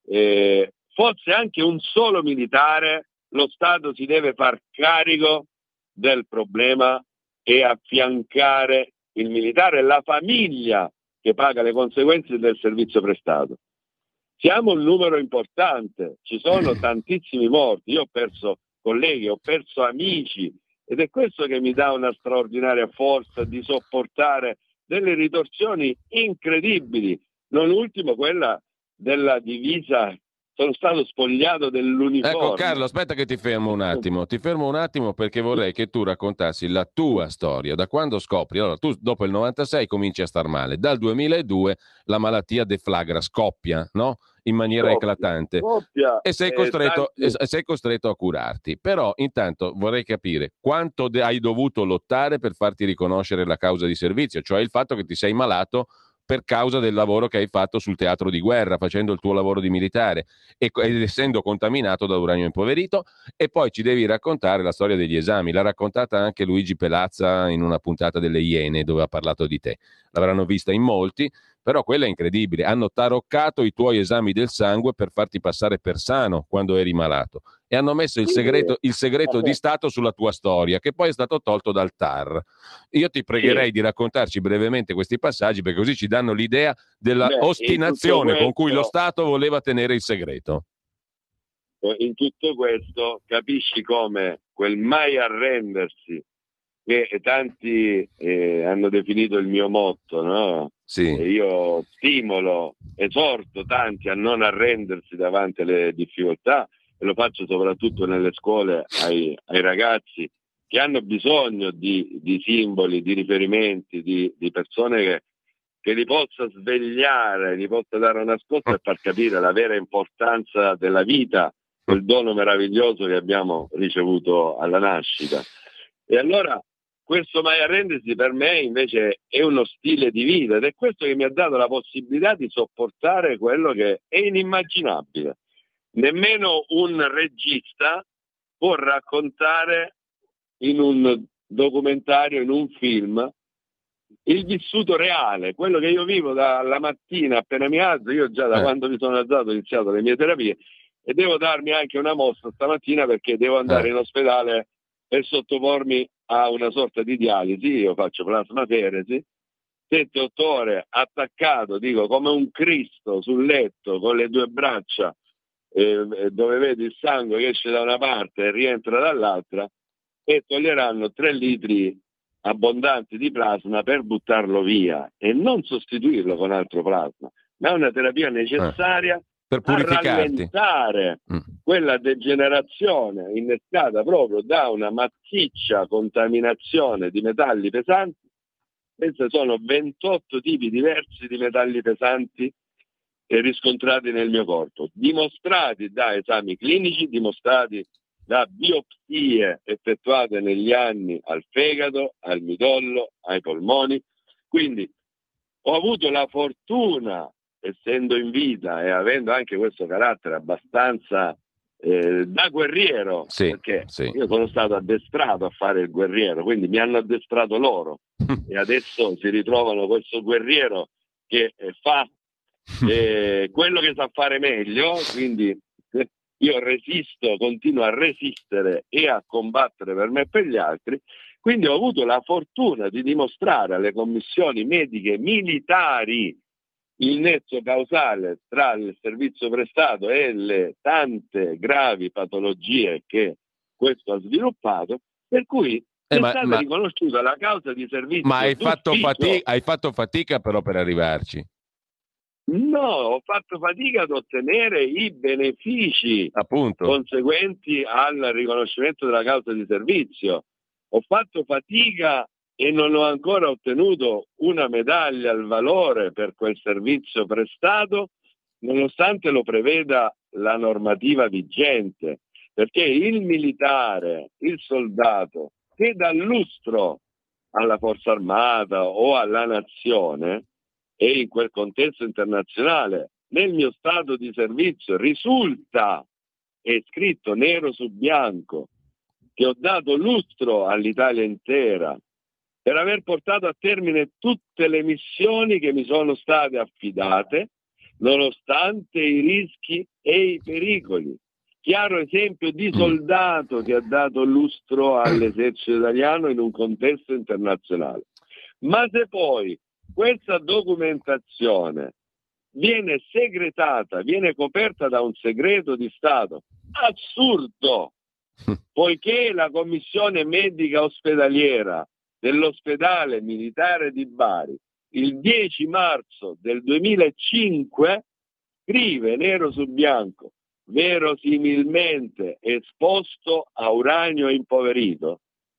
eh, fosse anche un solo militare, lo Stato si deve far carico del problema e affiancare il militare e la famiglia che paga le conseguenze del servizio prestato. Siamo un numero importante, ci sono tantissimi morti, io ho perso colleghi, ho perso amici, ed è questo che mi dà una straordinaria forza di sopportare delle ritorsioni incredibili, non ultimo quella della divisa. Sono stato spogliato dell'uniforme. Ecco Carlo, aspetta che ti fermo un attimo, ti fermo un attimo perché vorrei che tu raccontassi la tua storia, da quando scopri. Allora, tu dopo il novantasei cominci a star male, dal duemiladue la malattia deflagra, scoppia, no? In maniera Scoppia, eclatante, scoppia, e sei eh, costretto, tanti... e sei costretto a curarti. Però intanto vorrei capire quanto de- hai dovuto lottare per farti riconoscere la causa di servizio, cioè il fatto che ti sei malato per causa del lavoro che hai fatto sul teatro di guerra, facendo il tuo lavoro di militare e, ed essendo contaminato da uranio impoverito. E poi ci devi raccontare la storia degli esami. L'ha raccontata anche Luigi Pelazza in una puntata delle Iene, dove ha parlato di te. L'avranno vista in molti, però quella è incredibile. Hanno taroccato i tuoi esami del sangue per farti passare per sano quando eri malato, e hanno messo il segreto, il segreto di Stato sulla tua storia, che poi è stato tolto dal T A R. Io ti pregherei Sì. di raccontarci brevemente questi passaggi, perché così ci danno l'idea della Beh, ostinazione questo, con cui lo Stato voleva tenere il segreto. In tutto questo capisci come quel mai arrendersi, che tanti eh, hanno definito il mio motto, no? Sì. E io stimolo, esorto tanti a non arrendersi davanti alle difficoltà, e lo faccio soprattutto nelle scuole ai, ai ragazzi che hanno bisogno di, di simboli, di riferimenti, di, di persone che, che li possa svegliare, gli possa dare una scossa e far capire la vera importanza della vita, quel dono meraviglioso che abbiamo ricevuto alla nascita. E allora questo mai arrendersi per me invece è uno stile di vita, ed è questo che mi ha dato la possibilità di sopportare quello che è inimmaginabile. Nemmeno un regista può raccontare in un documentario, in un film, il vissuto reale, quello che io vivo dalla mattina appena mi alzo. Io già da eh. quando mi sono alzato ho iniziato le mie terapie, e devo darmi anche una mossa stamattina perché devo andare eh. in ospedale per sottopormi a una sorta di dialisi. Io faccio plasmaferesi, sette otto ore attaccato, dico, come un Cristo sul letto con le due braccia, eh, dove vedi il sangue che esce da una parte e rientra dall'altra, e toglieranno tre litri abbondanti di plasma per buttarlo via e non sostituirlo con altro plasma, ma è una terapia necessaria eh, per purificarti, a rallentare mm. quella degenerazione innescata proprio da una massiccia contaminazione di metalli pesanti. Questi sono ventotto tipi diversi di metalli pesanti riscontrati nel mio corpo, dimostrati da esami clinici, dimostrati da biopsie effettuate negli anni al fegato, al midollo, ai polmoni. Quindi ho avuto la fortuna, essendo in vita e avendo anche questo carattere abbastanza eh, da guerriero, sì, perché sì. io sono stato addestrato a fare il guerriero, quindi mi hanno addestrato loro e adesso si ritrovano questo guerriero che eh, fa eh, quello che sa fare meglio, quindi eh, io resisto, continuo a resistere e a combattere per me e per gli altri. Quindi ho avuto la fortuna di dimostrare alle commissioni mediche militari il nesso causale tra il servizio prestato e le tante gravi patologie che questo ha sviluppato, per cui Eh, è ma, stata ma, riconosciuta la causa di servizio. ma hai, fatto d'ufficio. fatica, hai fatto fatica però per arrivarci. No, ho fatto fatica ad ottenere i benefici appunto conseguenti al riconoscimento della causa di servizio. Ho fatto fatica e non ho ancora ottenuto una medaglia al valore per quel servizio prestato, nonostante lo preveda la normativa vigente, perché il militare, il soldato che dà lustro alla forza armata o alla nazione, e in quel contesto internazionale, nel mio stato di servizio risulta, è scritto nero su bianco, che ho dato lustro all'Italia intera per aver portato a termine tutte le missioni che mi sono state affidate, nonostante i rischi e i pericoli. Chiaro esempio di soldato che ha dato lustro all'esercito italiano in un contesto internazionale. Ma se poi questa documentazione viene segretata, viene coperta da un segreto di Stato assurdo, poiché la commissione medica ospedaliera dell'ospedale militare di Bari il dieci marzo del duemilacinque scrive nero su bianco: verosimilmente esposto a uranio impoverito.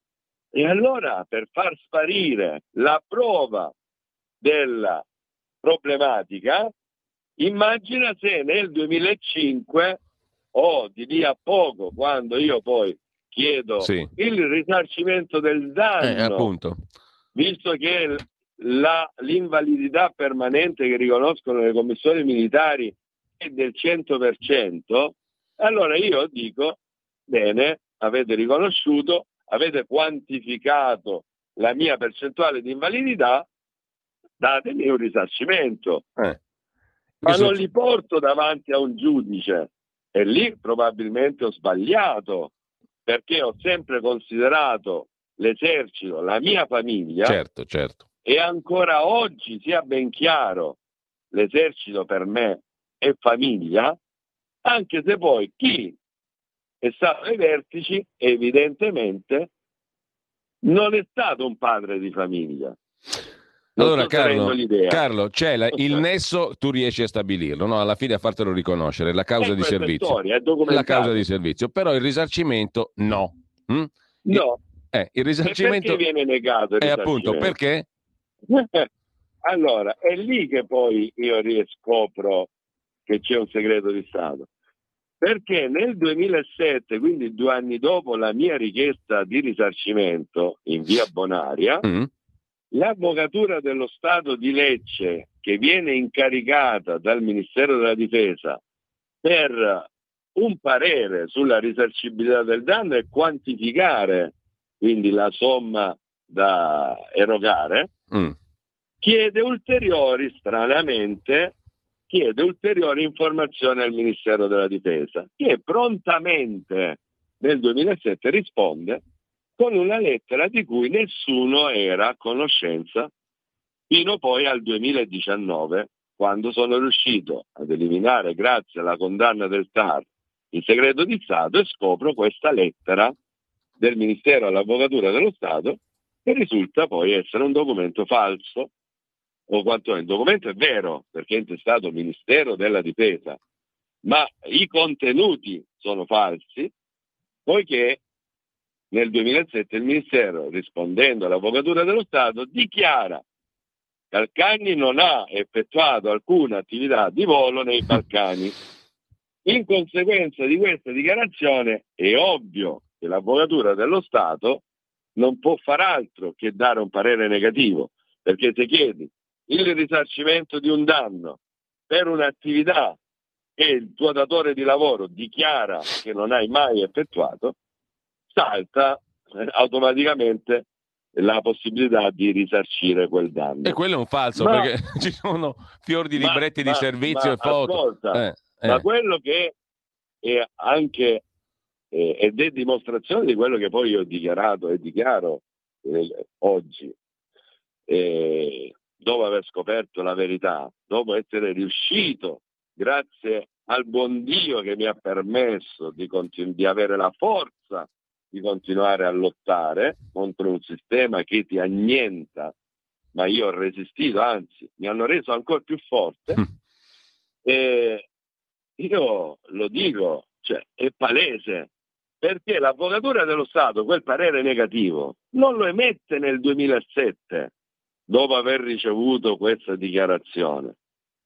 E allora, per far sparire la prova della problematica, immagina se nel duemilacinque o di lì a poco, quando io poi chiedo sì. il risarcimento del danno, eh, appunto. visto che la, l'invalidità permanente che riconoscono le commissioni militari è del cento per cento, allora io dico, bene, avete riconosciuto, avete quantificato la mia percentuale di invalidità, datemi un risarcimento. Eh. Ma non li porto davanti a un giudice, e lì probabilmente ho sbagliato, perché ho sempre considerato l'esercito la mia famiglia. Certo, certo. E ancora oggi, sia ben chiaro, l'esercito per me è famiglia, anche se poi chi è stato ai vertici evidentemente non è stato un padre di famiglia. Non allora so Carlo, l'idea. Carlo, c'è la, il nesso, tu riesci a stabilirlo, no? Alla fine a fartelo riconoscere, la causa è di servizio. Storia, è la causa di servizio, però il risarcimento no. Hm? No. Eh, il risarcimento e perché viene negato il è risarcimento? appunto perché? Allora, è lì che poi io riscopro che c'è un segreto di Stato. Perché nel duemilasette, quindi due anni dopo la mia richiesta di risarcimento in via Bonaria, mm. l'Avvocatura dello Stato di Lecce, che viene incaricata dal Ministero della Difesa per un parere sulla risarcibilità del danno e quantificare quindi la somma da erogare, mm. chiede ulteriori, stranamente, chiede ulteriori informazioni al Ministero della Difesa, che prontamente nel duemilasette risponde con una lettera di cui nessuno era a conoscenza fino poi al duemiladiciannove, quando sono riuscito ad eliminare, grazie alla condanna del T A R, il segreto di Stato e scopro questa lettera del Ministero all'Avvocatura dello Stato, che risulta poi essere un documento falso, o quanto è il documento è vero, perché è intestato Ministero della Difesa, ma i contenuti sono falsi, poiché nel duemilasette il Ministero, rispondendo all'Avvocatura dello Stato, dichiara che Calcagni non ha effettuato alcuna attività di volo nei Balcani. In conseguenza di questa dichiarazione è ovvio che l'Avvocatura dello Stato non può far altro che dare un parere negativo, perché se chiedi il risarcimento di un danno per un'attività e il tuo datore di lavoro dichiara che non hai mai effettuato, salta eh, automaticamente la possibilità di risarcire quel danno. E quello è un falso, ma, perché ci sono fior di libretti ma, di servizio ma, e foto. Ascolta, eh, eh. ma quello che è anche eh, ed è dimostrazione di quello che poi io ho dichiarato e dichiaro eh, oggi, eh, dopo aver scoperto la verità, dopo essere riuscito, grazie al buon Dio che mi ha permesso di, continu- di avere la forza di continuare a lottare contro un sistema che ti annienta, ma io ho resistito, anzi mi hanno reso ancora più forte. E io lo dico, cioè è palese, perché l'Avvocatura dello Stato quel parere negativo non lo emette nel duemilasette, dopo aver ricevuto questa dichiarazione,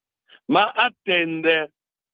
ma attende,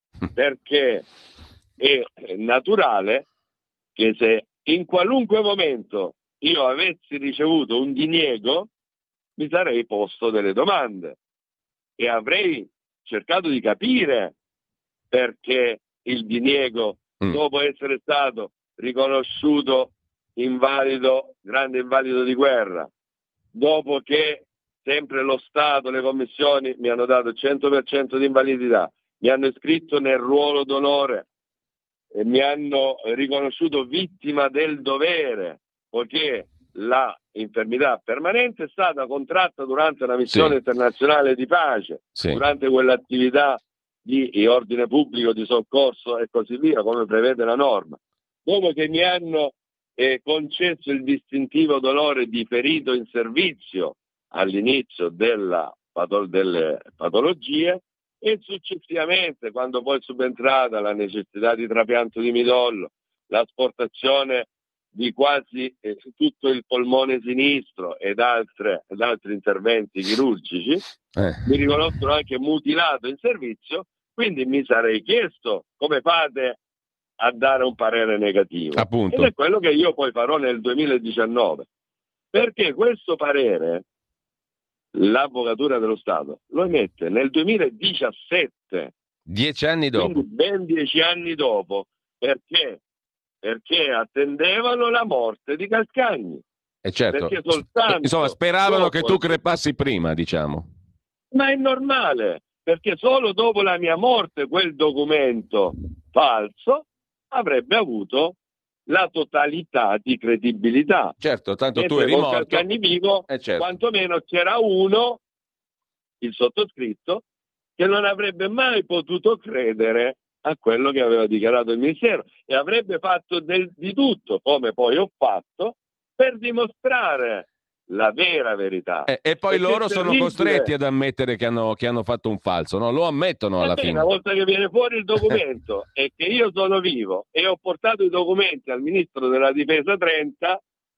perché è naturale che se in qualunque momento io avessi ricevuto un diniego, mi sarei posto delle domande e avrei cercato di capire perché il diniego, mm. dopo essere stato riconosciuto invalido, grande invalido di guerra, dopo che sempre lo Stato, le commissioni mi hanno dato il cento per cento di invalidità, mi hanno iscritto nel ruolo d'onore e mi hanno riconosciuto vittima del dovere, poiché la infermità permanente è stata contratta durante una missione sì. internazionale di pace, sì. durante quell'attività di ordine pubblico, di soccorso e così via, come prevede la norma. Dopo che mi hanno eh, concesso il distintivo d'onore di ferito in servizio all'inizio della, delle patologie, e successivamente, quando poi è subentrata la necessità di trapianto di midollo, l'asportazione di quasi eh, tutto il polmone sinistro ed, altre, ed altri interventi chirurgici, eh. mi riconoscono anche mutilato in servizio, quindi mi sarei chiesto come fate a dare un parere negativo. Appunto. Ed è quello che io poi farò nel duemiladiciannove, perché questo parere l'Avvocatura dello Stato lo emette nel duemiladiciassette, dieci anni dopo, ben dieci anni dopo, perché perché attendevano la morte di Calcagni. E certo, perché soltanto insomma speravano dopo, che tu crepassi prima, diciamo. Ma è normale, perché solo dopo la mia morte quel documento falso avrebbe avuto la totalità di credibilità. Certo, tanto mentre tu eri con morto. Calcagni vivo, eh certo. quantomeno c'era uno, il sottoscritto, che non avrebbe mai potuto credere a quello che aveva dichiarato il Ministero e avrebbe fatto del, di tutto, come poi ho fatto, per dimostrare la vera verità. Eh, e poi perché loro sono costretti ad ammettere che hanno, che hanno fatto un falso, no? Lo ammettono alla fine. Una volta che viene fuori il documento e che io sono vivo e ho portato i documenti al Ministro della Difesa trenta,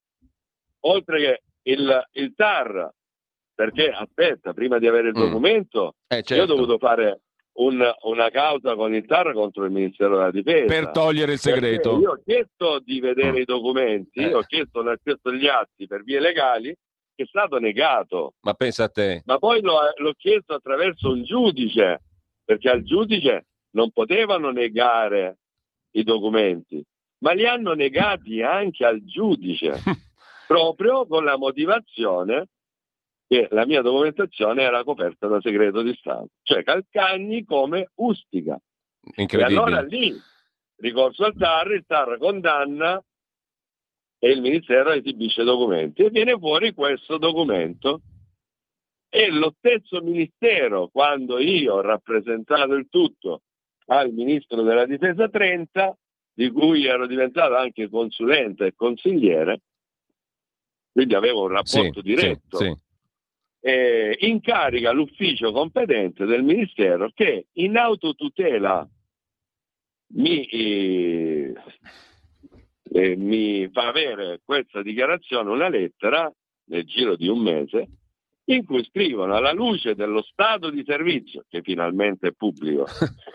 oltre che il, il T A R, perché aspetta, prima di avere il documento, mm. eh, certo. io ho dovuto fare un, una causa con il T A R contro il Ministero della Difesa. Per togliere il segreto. Perché io ho chiesto di vedere mm. i documenti, eh. ho chiesto un accesso agli atti per vie legali, che è stato negato. Ma pensa a te. Ma poi l'ho, l'ho chiesto attraverso un giudice, perché al giudice non potevano negare i documenti, ma li hanno negati anche al giudice, proprio con la motivazione che la mia documentazione era coperta da segreto di Stato, cioè Calcagni come Ustica. Incredibile. E allora lì, ricorso al T A R, il T A R condanna e il Ministero esibisce documenti e viene fuori questo documento. E lo stesso Ministero, quando io ho rappresentato il tutto al Ministro della Difesa trenta, di cui ero diventato anche consulente e consigliere, quindi avevo un rapporto sì, diretto, sì, sì. Eh, incarica l'ufficio competente del Ministero che in autotutela mi, eh, eh, mi fa avere questa dichiarazione, una lettera nel giro di un mese, in cui scrivono, alla luce dello stato di servizio, che finalmente è pubblico,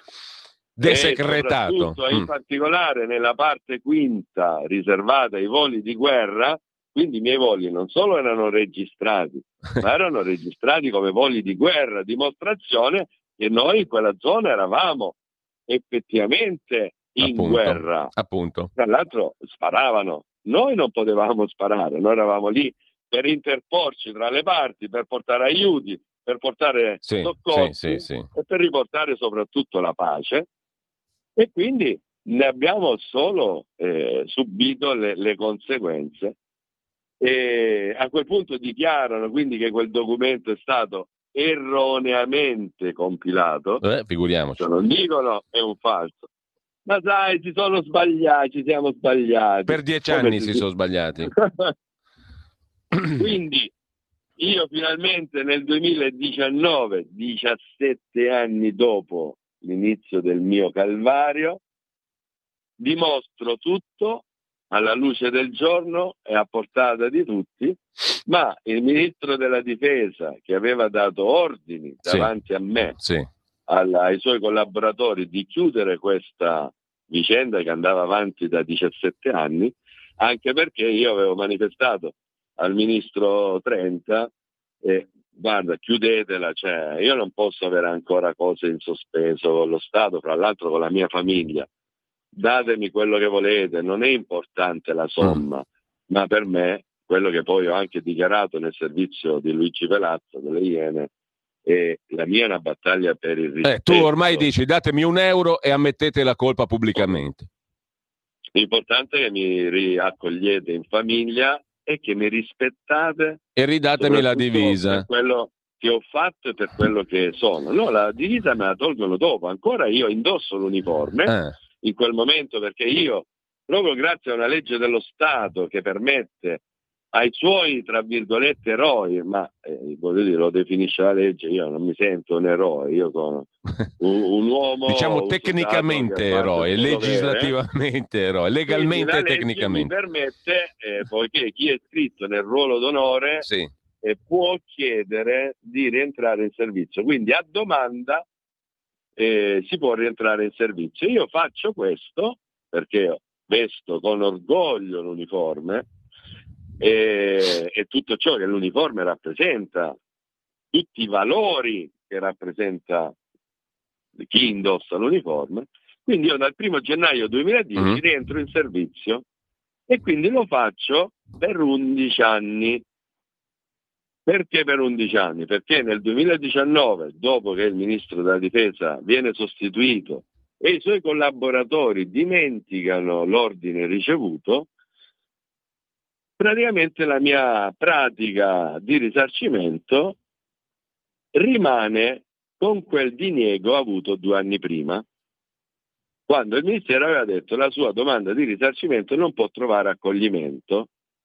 desecretato, e in mm. particolare nella parte quinta riservata ai voli di guerra, quindi i miei voli non solo erano registrati, ma erano registrati come voli di guerra, dimostrazione che noi in quella zona eravamo effettivamente in appunto, guerra. Appunto. Tra l'altro sparavano, noi non potevamo sparare, noi eravamo lì per interporci tra le parti, per portare aiuti, per portare sì, soccorsi sì, sì, sì. e per riportare soprattutto la pace, e quindi ne abbiamo solo eh, subito le, le conseguenze. E a quel punto dichiarano quindi che quel documento è stato erroneamente compilato, eh, figuriamoci. cioè non dicono è un falso, ma sai, si sono sbagliati, ci siamo sbagliati. Per dieci Come anni si si dice? sono sbagliati. Quindi io finalmente nel duemiladiciannove, diciassette anni dopo l'inizio del mio calvario, dimostro tutto alla luce del giorno e a portata di tutti, ma il ministro della difesa, che aveva dato ordini Sì. davanti a me, Sì. alla, ai suoi collaboratori, di chiudere questa vicenda che andava avanti da diciassette anni, anche perché io avevo manifestato al ministro Trenta, eh, guarda, chiudetela, cioè, io non posso avere ancora cose in sospeso con lo Stato, fra l'altro con la mia famiglia. Datemi quello che volete, non è importante la somma, mm. ma per me, quello che poi ho anche dichiarato nel servizio di Luigi Velazzo delle Iene, è la mia è una battaglia per il rispetto. Eh, tu ormai dici datemi un euro e ammettete la colpa pubblicamente. L'importante è che mi riaccogliete in famiglia e che mi rispettate e ridatemi la divisa per quello che ho fatto e per quello che sono. No, la divisa me la tolgono dopo, ancora io indosso l'uniforme eh. in quel momento, perché io, proprio grazie a una legge dello Stato che permette ai suoi, tra virgolette, eroi, ma eh, voglio dire, lo definisce la legge, io non mi sento un eroe, io sono un, un uomo diciamo tecnicamente eroe, legislativamente eroe, legalmente e tecnicamente. Mi permette, eh, poiché chi è iscritto nel ruolo d'onore sì. eh, può chiedere di rientrare in servizio, quindi a domanda eh, si può rientrare in servizio. Io faccio questo perché vesto con orgoglio l'uniforme e, e tutto ciò che l'uniforme rappresenta, tutti i valori che rappresenta chi indossa l'uniforme. Quindi io dal primo gennaio duemiladieci mm-hmm. rientro in servizio e quindi lo faccio per undici anni. Perché per undici anni? Perché nel duemiladiciannove, dopo che il ministro della difesa viene sostituito e i suoi collaboratori dimenticano l'ordine ricevuto, praticamente la mia pratica di risarcimento rimane con quel diniego avuto due anni prima, quando il Ministero aveva detto che la sua domanda di risarcimento non può trovare accoglimento.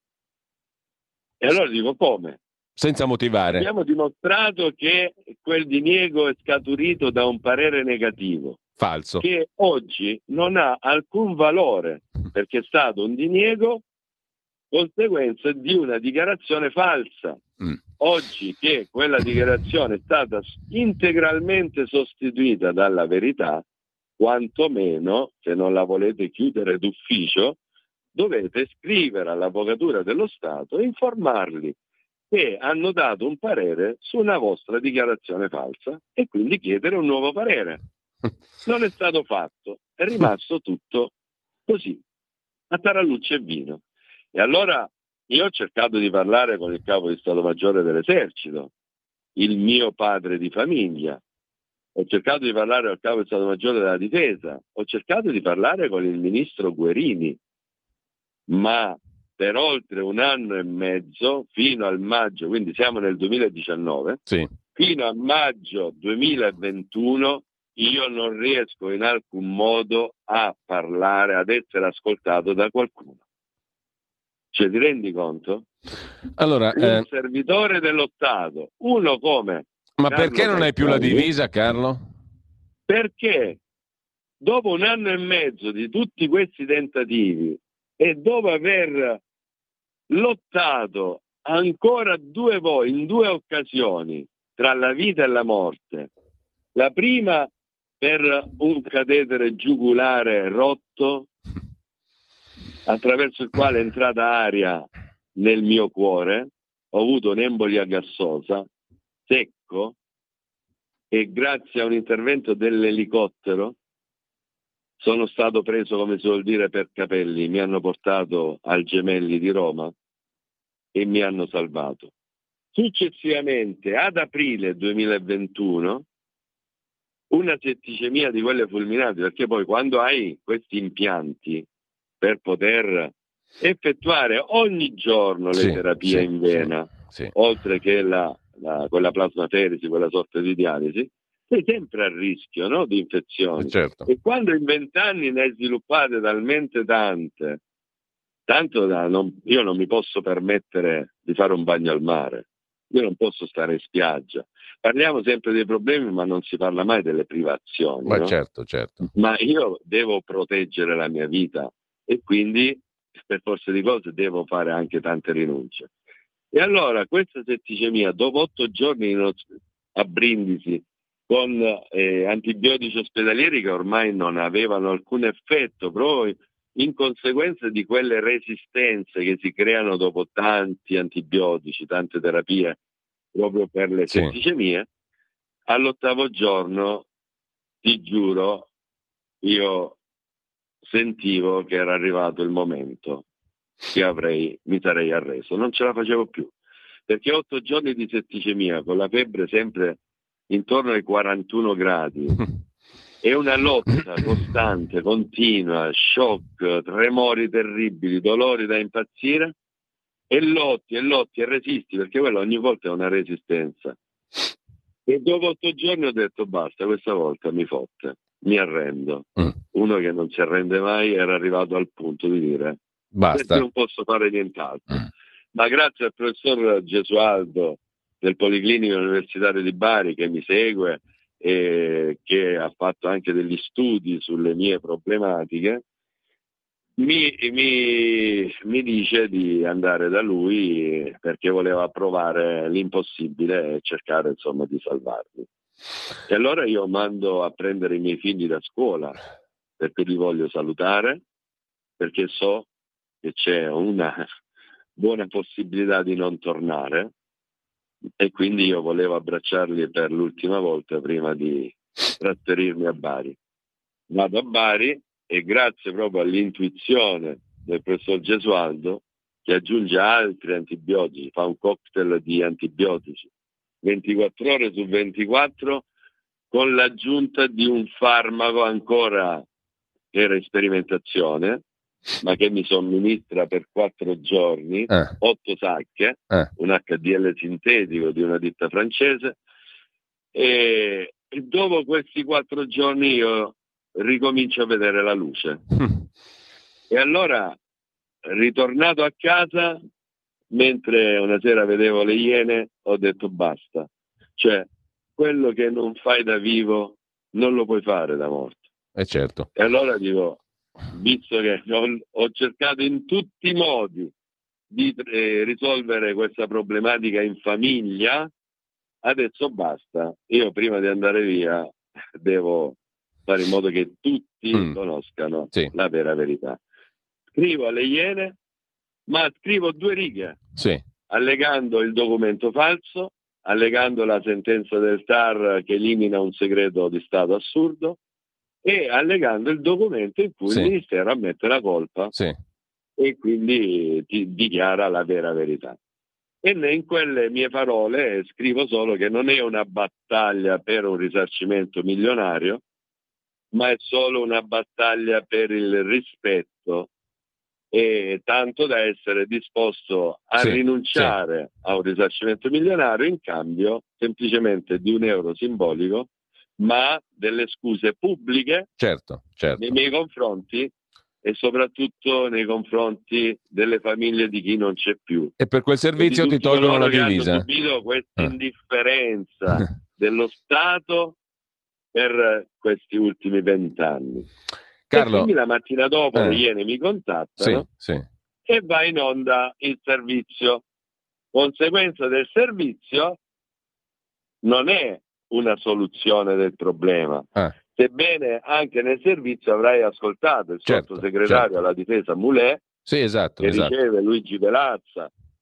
E allora dico, come? Senza motivare. Abbiamo dimostrato che quel diniego è scaturito da un parere negativo. Falso. Che oggi non ha alcun valore, perché è stato un diniego conseguenza di una dichiarazione falsa. Mm. Oggi che quella dichiarazione è stata integralmente sostituita dalla verità, quantomeno, se non la volete chiudere d'ufficio, dovete scrivere all'Avvocatura dello Stato e informarli che hanno dato un parere su una vostra dichiarazione falsa e quindi chiedere un nuovo parere. Non è stato fatto, è rimasto tutto così, a tarallucce e vino. E allora io ho cercato di parlare con il capo di Stato Maggiore dell'Esercito, il mio padre di famiglia, ho cercato di parlare al capo di Stato Maggiore della Difesa, ho cercato di parlare con il ministro Guerini, ma per oltre un anno e mezzo, fino al maggio, quindi siamo nel duemiladiciannove, sì. fino a maggio duemilaventuno io non riesco in alcun modo a parlare, ad essere ascoltato da qualcuno. Cioè, ti rendi conto? Allora, un eh... servitore dello Stato, uno come... Ma Carlo perché non hai più la divisa, Carlo? Perché dopo un anno e mezzo di tutti questi tentativi e dopo aver lottato ancora due volte, in due occasioni, tra la vita e la morte, la prima per un catetere giugulare rotto, attraverso il quale è entrata aria nel mio cuore, ho avuto un'embolia gassosa, secco, e grazie a un intervento dell'elicottero sono stato preso, come si vuol dire, per capelli, mi hanno portato al Gemelli di Roma e mi hanno salvato. Successivamente, ad aprile duemilaventuno, una setticemia di quelle fulminanti, perché poi quando hai questi impianti per poter effettuare ogni giorno le Sì, terapie sì, in vena, sì, sì. oltre che la, la, quella plasmaferesi, quella sorta di dialisi, sei sempre a rischio, no, di infezioni. Eh, certo. E quando in vent'anni ne hai sviluppate talmente tante, tanto da non, io non mi posso permettere di fare un bagno al mare, io non posso stare in spiaggia. Parliamo sempre dei problemi, ma non si parla mai delle privazioni. Ma no? certo, certo. Ma io devo proteggere la mia vita e quindi per forza di cose devo fare anche tante rinunce. E allora questa setticemia, dopo otto giorni in, a Brindisi, con eh, antibiotici ospedalieri che ormai non avevano alcun effetto, proprio in conseguenza di quelle resistenze che si creano dopo tanti antibiotici, tante terapie, proprio per le Sì. setticemie, all'ottavo giorno, ti giuro, io sentivo che era arrivato il momento che avrei, mi sarei arreso, non ce la facevo più, perché otto giorni di setticemia con la febbre sempre intorno ai quarantuno gradi e una lotta costante, continua, shock, tremori terribili, dolori da impazzire, e lotti e lotti e resisti, perché quella ogni volta è una resistenza. E dopo otto giorni ho detto basta, questa volta mi fotte, mi arrendo. Mm. Uno che non si arrende mai era arrivato al punto di dire Basta. perché non posso fare nient'altro. Mm. Ma grazie al professor Gesualdo del Policlinico Universitario di Bari che mi segue e che ha fatto anche degli studi sulle mie problematiche, mi, mi, mi dice di andare da lui perché voleva provare l'impossibile e cercare insomma di salvarmi. E allora io mando a prendere i miei figli da scuola perché li voglio salutare, perché so che c'è una buona possibilità di non tornare e quindi io volevo abbracciarli per l'ultima volta prima di trasferirmi a Bari. Vado a Bari e grazie proprio all'intuizione del professor Gesualdo, che aggiunge altri antibiotici, fa un cocktail di antibiotici ventiquattro ore su ventiquattro con l'aggiunta di un farmaco ancora che era in sperimentazione, ma che mi somministra per quattro giorni, Eh. otto sacche, Eh. un acca di elle sintetico di una ditta francese, e, e dopo questi quattro giorni io ricomincio a vedere la luce. E allora, ritornato a casa, mentre una sera vedevo le Iene, ho detto basta. Cioè, quello che non fai da vivo non lo puoi fare da morto. Eh certo. E allora dico, visto che ho, ho cercato in tutti i modi di eh, risolvere questa problematica in famiglia, adesso basta. Io prima di andare via devo fare in modo che tutti Mm. conoscano Sì. la vera verità. Scrivo alle Iene, ma scrivo due righe, Sì. allegando il documento falso, allegando la sentenza del T A R che elimina un segreto di Stato assurdo e allegando il documento in cui Sì. il Ministero ammette la colpa Sì. e quindi ti dichiara la vera verità. E in quelle mie parole scrivo solo che non è una battaglia per un risarcimento milionario, ma è solo una battaglia per il rispetto, e tanto da essere disposto a Sì, rinunciare a un risarcimento milionario in cambio semplicemente di un euro simbolico, ma delle scuse pubbliche Certo, certo. nei miei confronti e soprattutto nei confronti delle famiglie di chi non c'è più. E per quel servizio E di ti tutti tolgono la coloro che divisa. hanno subito questa Ah. indifferenza dello Stato per questi ultimi vent'anni. Carlo, E quindi la mattina dopo eh. le Iene mi Sì, contattano sì. e va in onda il servizio. Conseguenza del servizio non è una soluzione del problema. Ah. Sebbene anche nel servizio avrai ascoltato il Certo, sottosegretario certo. alla difesa Moulet, Sì, esatto, che esatto. riceve Luigi Velazza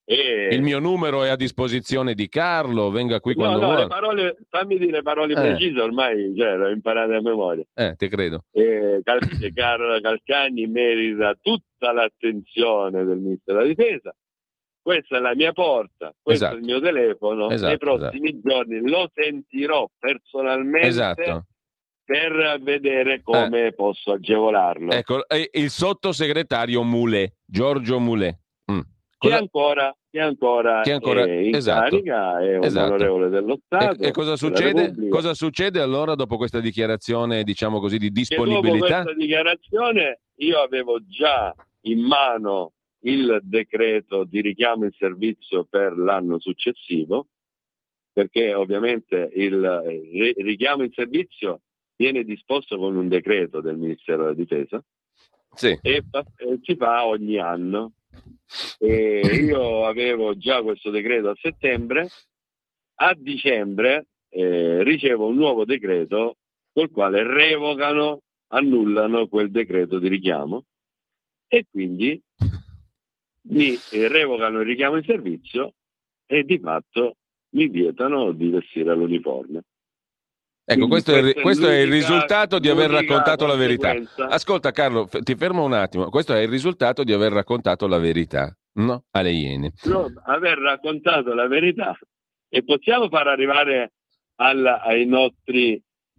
E... Il mio numero è a disposizione di Carlo, venga qui quando no, no, vuole. le parole, fammi dire parole Eh. precise, ormai cioè, le ho imparate a memoria. Eh, te credo. E Cal- Carlo Calcagni merita tutta l'attenzione del Ministero della Difesa. Questa è la mia porta, questo Esatto. è il mio telefono. Esatto, Nei prossimi esatto. giorni lo sentirò personalmente Esatto. per vedere come Eh. posso agevolarlo. Ecco, e il sottosegretario Moulet, Giorgio Moulet. Mm. Che Cosa- ancora, che ancora, Che ancora- è in esatto. carica, è un Esatto. onorevole dello Stato. E, e cosa della succede? Repubblica. Cosa succede allora dopo questa dichiarazione, diciamo così, di Che dopo disponibilità? questa dichiarazione io avevo già in mano il decreto di richiamo in servizio per l'anno successivo, perché ovviamente il ri- richiamo in servizio viene disposto con un decreto del Ministero della Difesa Sì. e, fa- e si fa ogni anno. E io avevo già questo decreto a settembre, a dicembre eh, ricevo un nuovo decreto col quale revocano, annullano quel decreto di richiamo e quindi mi eh, revocano il richiamo in servizio e di fatto mi vietano di vestire l'uniforme. Ecco, Quindi questo è, il- questa è questo è il l'unica- risultato di aver l'unica raccontato la verità. conseguenza. Ascolta Carlo, f- ti fermo un attimo. Questo è il risultato di aver raccontato la verità, no? Alle Iene. No, aver raccontato la verità e possiamo far arrivare al- ai nostri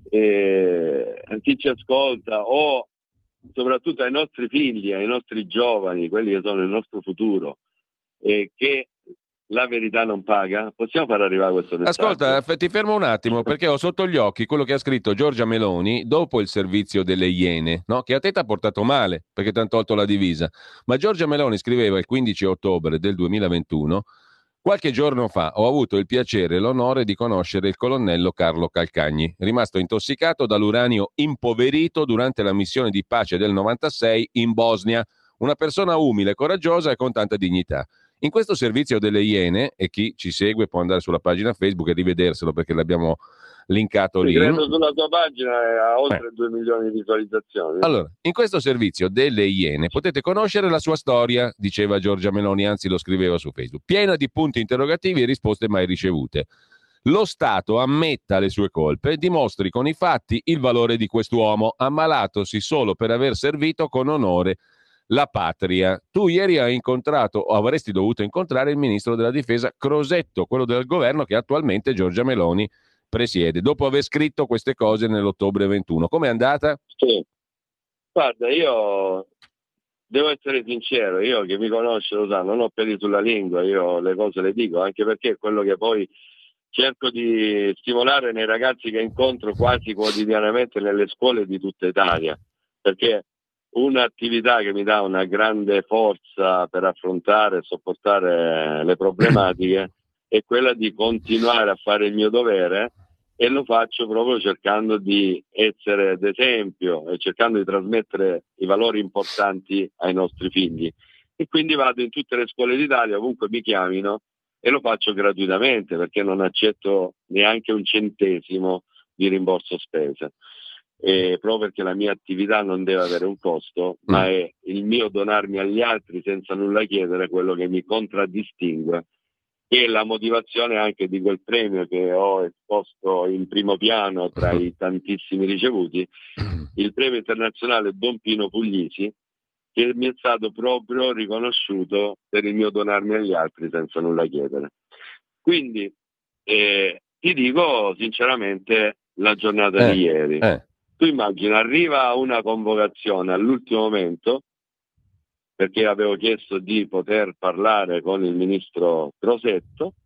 eh, a chi ci ascolta o soprattutto ai nostri figli, ai nostri giovani, quelli che sono il nostro futuro, eh, che la verità non paga? Possiamo far arrivare questo messaggio? Ascolta, f- ti fermo un attimo perché ho sotto gli occhi quello che ha scritto Giorgia Meloni dopo il servizio delle Iene, no? Che a te ti ha portato male perché ti hanno tolto la divisa. Ma Giorgia Meloni scriveva il quindici ottobre del duemilaventuno: qualche giorno fa ho avuto il piacere e l'onore di conoscere il colonnello Carlo Calcagni, rimasto intossicato dall'uranio impoverito durante la missione di pace del novantasei in Bosnia. Una persona umile, coraggiosa e con tanta dignità. In questo servizio delle Iene, e chi ci segue può andare sulla pagina Facebook e rivederselo perché l'abbiamo linkato lì. Credo sulla tua pagina ha oltre Eh. due milioni di visualizzazioni. Allora, in questo servizio delle Iene potete conoscere la sua storia, diceva Giorgia Meloni, anzi lo scriveva su Facebook, piena di punti interrogativi e risposte mai ricevute. Lo Stato ammetta le sue colpe e dimostri con i fatti il valore di quest'uomo, ammalatosi solo per aver servito con onore la patria. Tu ieri hai incontrato, o avresti dovuto incontrare, il ministro della difesa Crosetto, quello del governo che attualmente Giorgia Meloni presiede, dopo aver scritto queste cose nell'ottobre ventuno. Com'è andata? Sì. Guarda, io devo essere sincero, io che mi conosce lo sa, non ho peli sulla lingua, io le cose le dico, anche perché è quello che poi cerco di stimolare nei ragazzi che incontro quasi quotidianamente nelle scuole di tutta Italia, perché un'attività che mi dà una grande forza per affrontare e sopportare le problematiche è quella di continuare a fare il mio dovere, e lo faccio proprio cercando di essere d'esempio e cercando di trasmettere i valori importanti ai nostri figli. E quindi vado in tutte le scuole d'Italia, ovunque mi chiamino, e lo faccio gratuitamente perché non accetto neanche un centesimo di rimborso spese. Eh, proprio perché la mia attività non deve avere un costo, ma è il mio donarmi agli altri senza nulla chiedere quello che mi contraddistingue, che è la motivazione anche di quel premio che ho esposto in primo piano tra i tantissimi ricevuti, il premio internazionale Don Pino Puglisi, che mi è stato proprio riconosciuto per il mio donarmi agli altri senza nulla chiedere. Quindi eh, ti dico sinceramente la giornata Eh, di ieri. eh. Tu immagina, arriva una convocazione all'ultimo momento, perché avevo chiesto di poter parlare con il ministro Crosetto,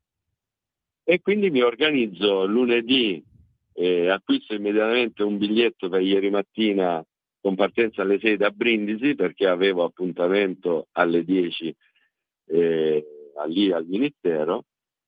e quindi mi organizzo lunedì, eh, acquisto immediatamente un biglietto per ieri mattina con partenza alle sei da Brindisi, perché avevo appuntamento alle dieci eh, lì al Ministero,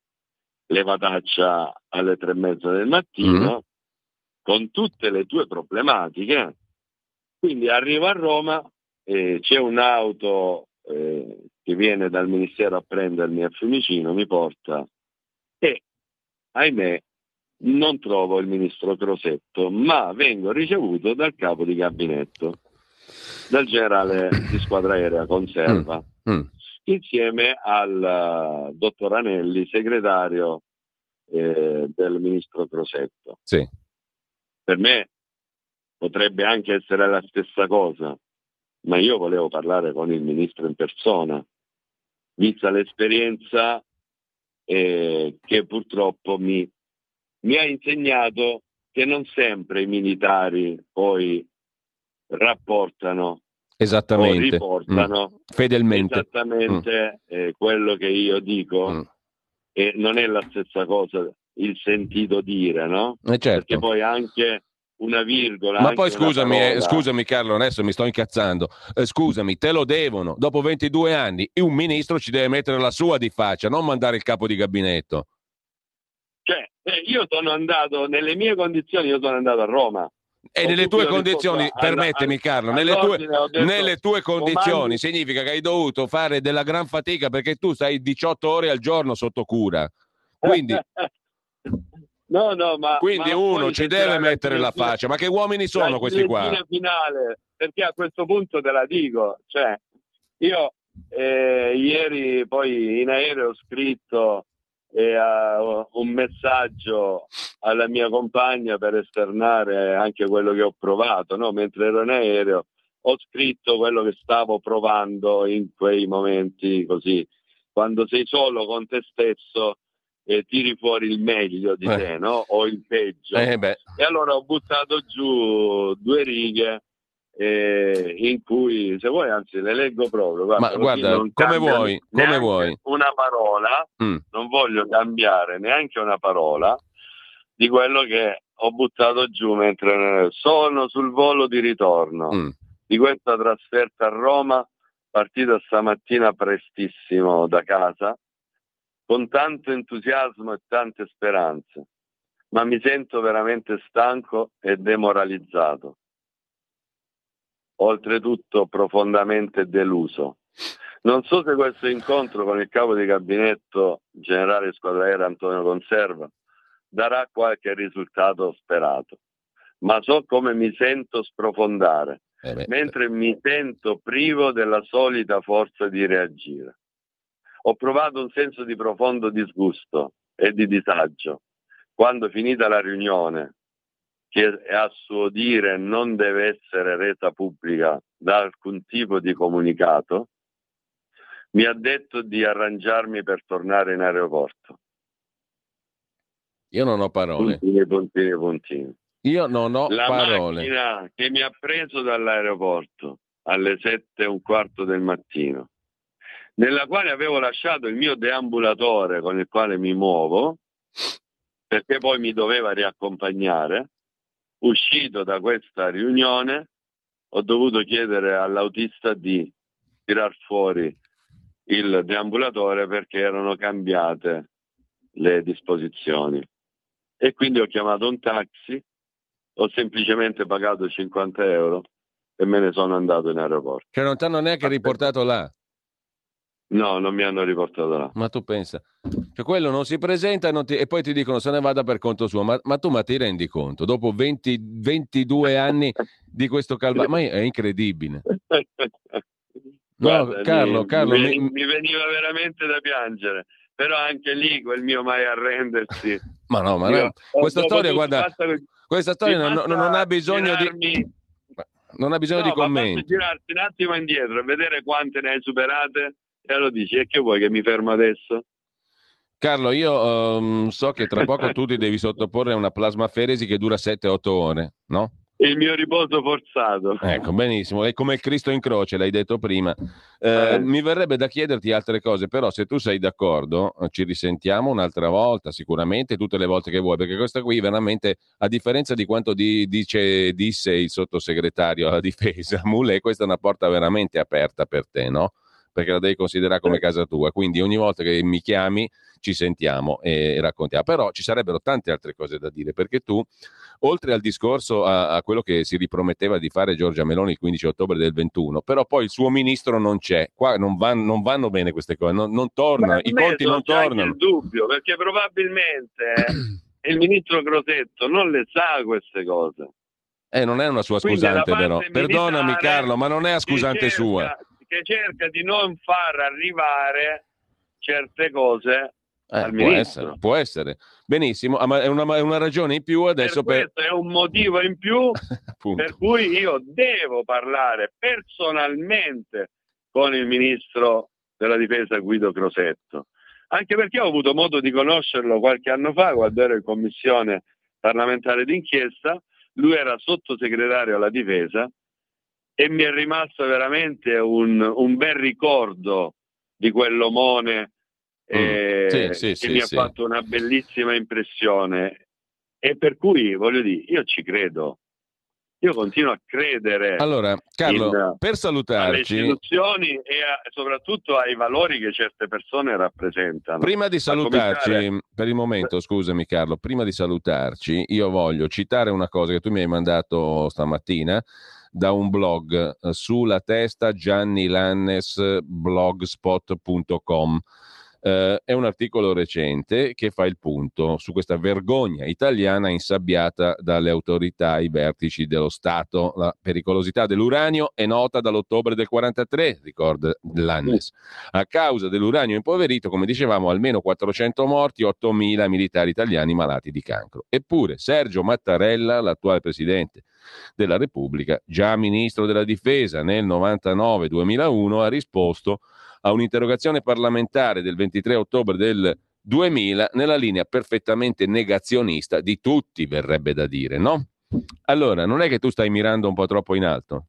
levataccia alle tre e mezza del mattino, mm. con tutte le tue problematiche. Quindi arrivo a Roma, eh, c'è un'auto eh, che viene dal Ministero a prendermi a Fiumicino, mi porta, e ahimè non trovo il ministro Crosetto, ma vengo ricevuto dal capo di gabinetto, dal generale di squadra aerea Conserva. Mm. Mm. insieme al uh, dottor Anelli, segretario eh, del ministro Crosetto. Sì. Per me potrebbe anche essere la stessa cosa, ma io volevo parlare con il ministro in persona, vista l'esperienza eh, che purtroppo mi, mi ha insegnato che non sempre i militari poi rapportano esattamente, o riportano mm. fedelmente esattamente mm. eh, quello che io dico, mm. e non è la stessa cosa il sentito dire, no? Eh certo. Perché poi anche una virgola. Ma poi scusami, eh, scusami Carlo, adesso mi sto incazzando. Eh, scusami, te lo devono. Dopo ventidue anni, un ministro ci deve mettere la sua di faccia, non mandare il capo di gabinetto. Cioè, eh, io sono andato, nelle mie condizioni, io sono andato a Roma. E nelle tue condizioni, permettimi Carlo, nelle tue, detto, nelle tue condizioni comandi... significa che hai dovuto fare della gran fatica perché tu stai diciotto ore al giorno sotto cura. Quindi... No, no, ma, Quindi ma uno ci deve mettere la faccia, ma che uomini sono questi qua? Finale, perché a questo punto te la dico, cioè io eh, ieri poi in aereo ho scritto eh, uh, un messaggio alla mia compagna per esternare anche quello che ho provato, no? Mentre ero in aereo ho scritto quello che stavo provando in quei momenti così, quando sei solo con te stesso e tiri fuori il meglio di eh. te, no? O il peggio. Eh beh. E allora ho buttato giù due righe eh, in cui, se vuoi, anzi le leggo proprio. Guarda, ma guarda, come vuoi, come vuoi. Una parola, mm. non voglio cambiare neanche una parola di quello che ho buttato giù mentre sono sul volo di ritorno mm. di questa trasferta a Roma, partita stamattina prestissimo da casa, con tanto entusiasmo e tante speranze, ma mi sento veramente stanco e demoralizzato. Oltretutto profondamente deluso. Non so se questo incontro con il capo di gabinetto, generale squadra Antonio Conserva, darà qualche risultato sperato, ma so come mi sento sprofondare, eh beh, mentre mi sento privo della solita forza di reagire. Ho provato un senso di profondo disgusto e di disagio quando, finita la riunione, che a suo dire non deve essere resa pubblica da alcun tipo di comunicato, mi ha detto di arrangiarmi per tornare in aeroporto. Io non ho parole. Puntini, puntini, puntini. Io non ho la parole. La macchina che mi ha preso dall'aeroporto alle sette e un quarto del mattino, nella quale avevo lasciato il mio deambulatore con il quale mi muovo, perché poi mi doveva riaccompagnare. Uscito da questa riunione, ho dovuto chiedere all'autista di tirar fuori il deambulatore perché erano cambiate le disposizioni. E quindi ho chiamato un taxi, ho semplicemente pagato cinquanta euro e me ne sono andato in aeroporto. Cioè non ti hanno neanche riportato là? No, non mi hanno riportato là. Ma tu pensa, cioè quello non si presenta e, non ti, e poi ti dicono se ne vada per conto suo, ma, ma tu ma ti rendi conto? Dopo venti, ventidue anni di questo calvario, ma è incredibile. No, Guarda, Carlo, mi, Carlo mi, mi... mi veniva veramente da piangere, però anche lì quel mio mai arrendersi. Ma no, ma Io, no. Questa storia, tutto, guarda, basta, questa storia non, non ha bisogno girarmi... di... Non ha bisogno no, di commenti. Ma basta girarti un attimo indietro e vedere quante ne hai superate e lo dici, e che vuoi che mi fermo adesso? Carlo, io um, so che tra poco tu ti devi sottoporre a una plasmaferesi che dura sette otto ore, no? Il mio riposo forzato. Ecco, benissimo, è come il Cristo in croce, l'hai detto prima. Eh, eh. Mi verrebbe da chiederti altre cose, però se tu sei d'accordo ci risentiamo un'altra volta, sicuramente, tutte le volte che vuoi, perché questa qui veramente, a differenza di quanto di, dice, disse il sottosegretario alla difesa, Mulè, questa è una porta veramente aperta per te, no? Perché la devi considerare come casa tua, quindi ogni volta che mi chiami ci sentiamo e raccontiamo. Però ci sarebbero tante altre cose da dire, perché tu, oltre al discorso a, a quello che si riprometteva di fare Giorgia Meloni il quindici ottobre del ventuno, però poi il suo ministro non c'è, qua non, van, non vanno bene queste cose, non, non tornano, i conti non tornano. C'è il dubbio, perché probabilmente il ministro Crosetto non le sa queste cose. Eh, non è una sua scusante, però. Perdonami Carlo, ma non è a scusante sua. che cerca di non far arrivare certe cose eh, al può ministro. essere, può essere. Benissimo, ah, ma è una, è una ragione in più adesso per per... questo è un motivo in più per cui io devo parlare personalmente con il ministro della difesa Guido Crosetto, anche perché ho avuto modo di conoscerlo qualche anno fa quando ero in commissione parlamentare d'inchiesta. Lui era sottosegretario alla difesa e mi è rimasto veramente un, un bel ricordo di quell'omone eh, mm. sì, sì, che sì, mi sì. ha fatto una bellissima impressione, e per cui voglio dire, io ci credo, io continuo a credere allora, Carlo, in, per salutarci, alle istituzioni e a, soprattutto ai valori che certe persone rappresentano. Prima di salutarci, cominciare... per il momento, scusami Carlo, prima di salutarci, io voglio citare una cosa che tu mi hai mandato stamattina da un blog eh, sulla testa Gianni Lannes blogspot punto com. Eh, è un articolo recente che fa il punto su questa vergogna italiana insabbiata dalle autorità ai vertici dello Stato. La pericolosità dell'uranio è nota dall'ottobre del quarantatré, ricorda Lannes. A causa dell'uranio impoverito, come dicevamo, almeno quattrocento morti, ottomila militari italiani malati di cancro. Eppure Sergio Mattarella, l'attuale presidente della Repubblica, già ministro della difesa nel novantanove duemilauno, ha risposto a un'interrogazione parlamentare del ventitré ottobre del duemila nella linea perfettamente negazionista di tutti, verrebbe da dire, no? Allora, non è che tu stai mirando un po' troppo in alto?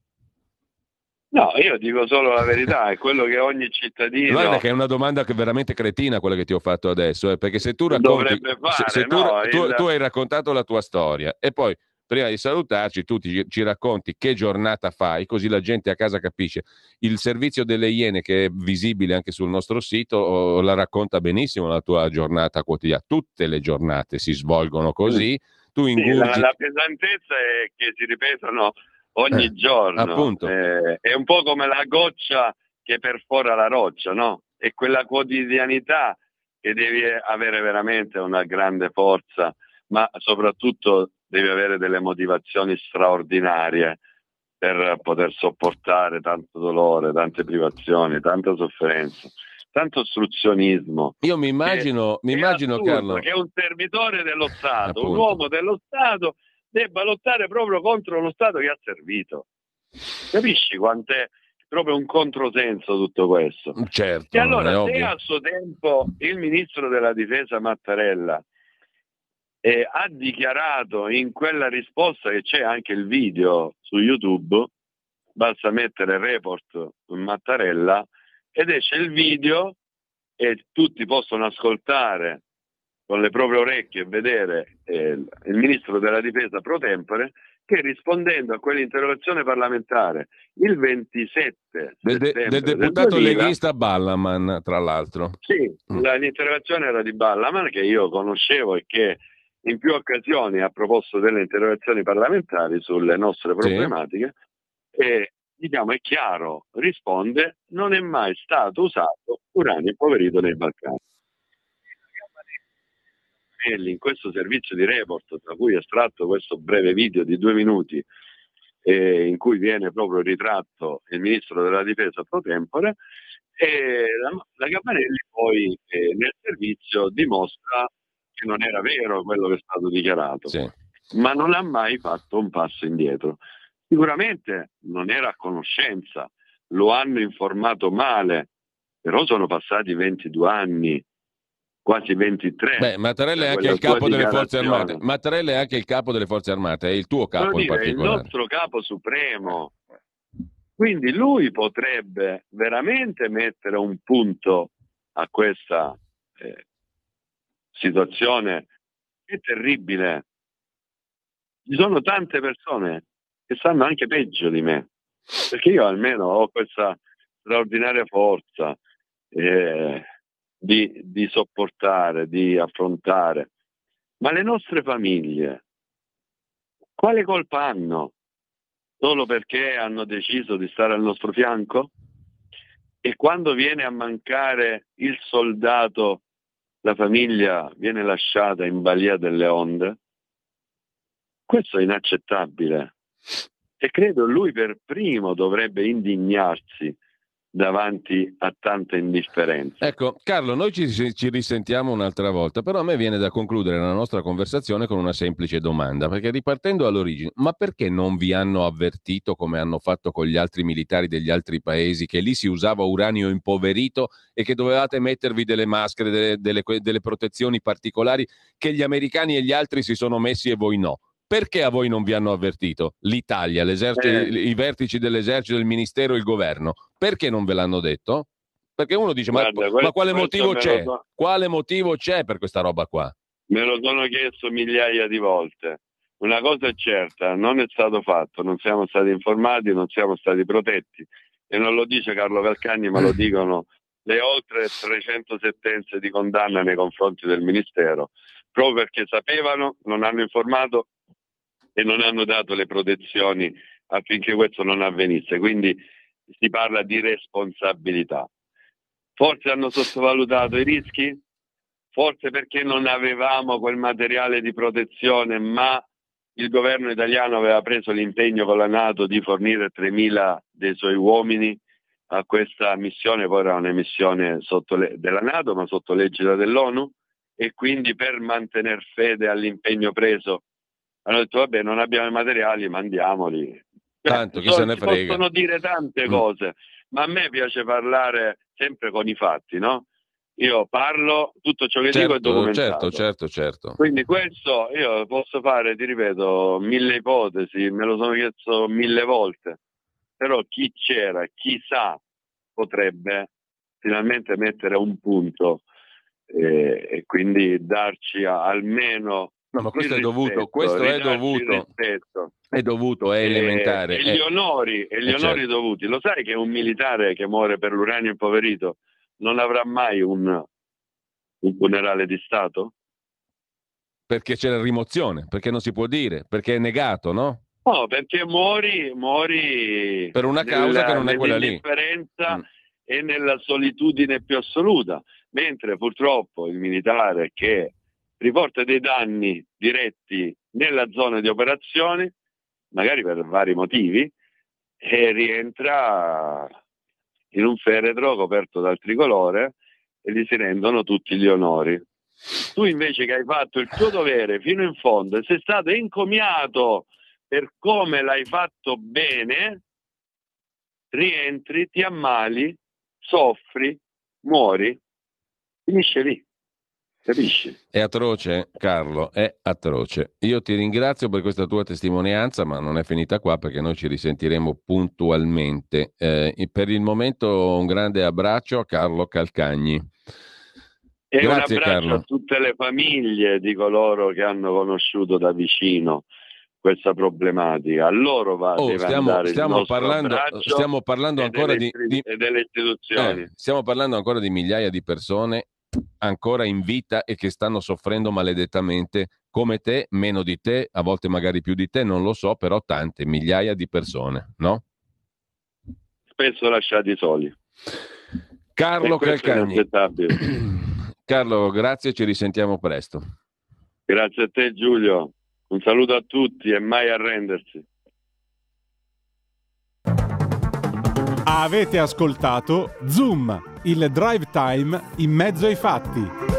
No, io dico solo la verità, è quello che ogni cittadino... Guarda che è una domanda che veramente cretina quella che ti ho fatto adesso, eh, perché se tu racconti... dovrebbe fare, se, se tu, no? tu, Il... tu hai raccontato la tua storia e poi prima di salutarci tu ti, ci racconti che giornata fai, così la gente a casa capisce. Il servizio delle Iene, che è visibile anche sul nostro sito, oh, la racconta benissimo la tua giornata quotidiana. Tutte le giornate si svolgono così. Tu ingurgi... sì, la, la pesantezza è che si ripetono ogni eh, giorno. Appunto. Eh, è un po' come la goccia che perfora la roccia, no? È quella quotidianità che devi avere veramente una grande forza, ma soprattutto devi avere delle motivazioni straordinarie per poter sopportare tanto dolore, tante privazioni, tanta sofferenza, tanto ostruzionismo. Io mi immagino, mi immagino Carlo, che un servitore dello Stato, appunto, un uomo dello Stato, debba lottare proprio contro lo Stato che ha servito. Capisci quant'è proprio un controsenso tutto questo? Certo, e allora, se ovvio. a suo tempo il ministro della difesa Mattarella Eh, ha dichiarato in quella risposta, che c'è anche il video su YouTube, basta mettere report Mattarella ed esce il video e tutti possono ascoltare con le proprie orecchie e vedere eh, il ministro della difesa pro tempore che, rispondendo a quell'interrogazione parlamentare il ventisette del, de- settembre del deputato del duemila, leghista Ballaman, tra l'altro. Sì, mm. la, l'interrogazione era di Ballaman, che io conoscevo e che in più occasioni ha proposto delle interrogazioni parlamentari sulle nostre problematiche, sì. E diciamo è chiaro, risponde: non è mai stato usato uranio impoverito nei Balcani. In questo servizio di report, tra cui è estratto questo breve video di due minuti eh, in cui viene proprio ritratto il ministro della difesa pro tempore, e la, la Gabanelli poi eh, nel servizio dimostra che non era vero quello che è stato dichiarato, sì. Ma non ha mai fatto un passo indietro. Sicuramente non era a conoscenza, lo hanno informato male, però sono passati ventidue anni, quasi ventitré. Beh, Mattarella è anche il capo delle forze armate. Mattarella è anche il capo delle forze armate, è il tuo capo in particolare. È il nostro capo supremo. Quindi lui potrebbe veramente mettere un punto a questa eh, situazione che è terribile. Ci sono tante persone che stanno anche peggio di me, perché io almeno ho questa straordinaria forza eh, di, di sopportare, di affrontare. Ma le nostre famiglie quale colpa hanno? Solo perché hanno deciso di stare al nostro fianco? E quando viene a mancare il soldato, la famiglia viene lasciata in balia delle onde? Questo è inaccettabile. E credo lui per primo dovrebbe indignarsi davanti a tanta indifferenza. Ecco, Carlo, noi ci, ci risentiamo un'altra volta, però a me viene da concludere la nostra conversazione con una semplice domanda, perché ripartendo all'origine, ma perché non vi hanno avvertito, come hanno fatto con gli altri militari degli altri paesi, che lì si usava uranio impoverito e che dovevate mettervi delle maschere, delle, delle, delle protezioni particolari che gli americani e gli altri si sono messi e voi no? Perché a voi non vi hanno avvertito? L'Italia, l'esercito, eh. i vertici dell'esercito, del ministero, il governo. Perché non ve l'hanno detto? Perché uno dice, Guarda, ma, questo, ma quale motivo c'è? So. Quale motivo c'è per questa roba qua? Me lo sono chiesto migliaia di volte. Una cosa è certa, non è stato fatto, non siamo stati informati, non siamo stati protetti. E non lo dice Carlo Calcagni, ma lo dicono le oltre trecento sentenze di condanna nei confronti del ministero. Proprio perché sapevano, non hanno informato e non hanno dato le protezioni affinché questo non avvenisse. Quindi si parla di responsabilità. Forse hanno sottovalutato i rischi, forse perché non avevamo quel materiale di protezione, ma il governo italiano aveva preso l'impegno con la NATO di fornire tremila dei suoi uomini a questa missione, poi era una missione sotto le- della NATO ma sotto l'egida dell'ONU, e quindi per mantenere fede all'impegno preso hanno detto vabbè, non abbiamo i materiali, mandiamoli. Tanto, chi so, se ne si frega. possono dire tante mm. cose, ma a me piace parlare sempre con i fatti, no? Io parlo, tutto ciò che certo, dico è documentato. Certo, certo, certo. Quindi questo io posso fare, ti ripeto, mille ipotesi, me lo sono chiesto mille volte, però chi c'era, chi sa, potrebbe finalmente mettere un punto eh, e quindi darci a, almeno no, ma questo è rispetto, dovuto, questo è dovuto, è dovuto, è elementare. E, e gli onori, e gli eh, onori certo. dovuti. Lo sai che un militare che muore per l'uranio impoverito non avrà mai un, un funerale di Stato? Perché c'è la rimozione, perché non si può dire, perché è negato, no? No, perché muori, muori per una causa nella, che non è quella lì. Nell'indifferenza mm. e nella solitudine più assoluta. Mentre purtroppo il militare che riporta dei danni diretti nella zona di operazioni, magari per vari motivi, e rientra in un feretro coperto dal tricolore e gli si rendono tutti gli onori. Tu invece che hai fatto il tuo dovere fino in fondo e sei stato encomiato per come l'hai fatto bene, rientri, ti ammali, soffri, muori, finisce lì. Capisci? È atroce, Carlo, è atroce. Io ti ringrazio per questa tua testimonianza, ma non è finita qua perché noi ci risentiremo puntualmente. Eh, per il momento un grande abbraccio a Carlo Calcagni. E Grazie, un abbraccio Carlo. a tutte le famiglie di coloro che hanno conosciuto da vicino questa problematica. A loro va oh, deve stiamo, andare stiamo il parlando, stiamo parlando ancora delle, di, di e delle istituzioni. Eh, stiamo parlando ancora di migliaia di persone ancora in vita e che stanno soffrendo maledettamente come te, meno di te, a volte magari più di te, non lo so, però tante, migliaia di persone, no? Spesso lasciati soli. Carlo Calcagni. Carlo, grazie, ci risentiamo presto. Grazie a te Giulio, un saluto a tutti e mai arrendersi. Avete ascoltato Zoom, il drive time in mezzo ai fatti.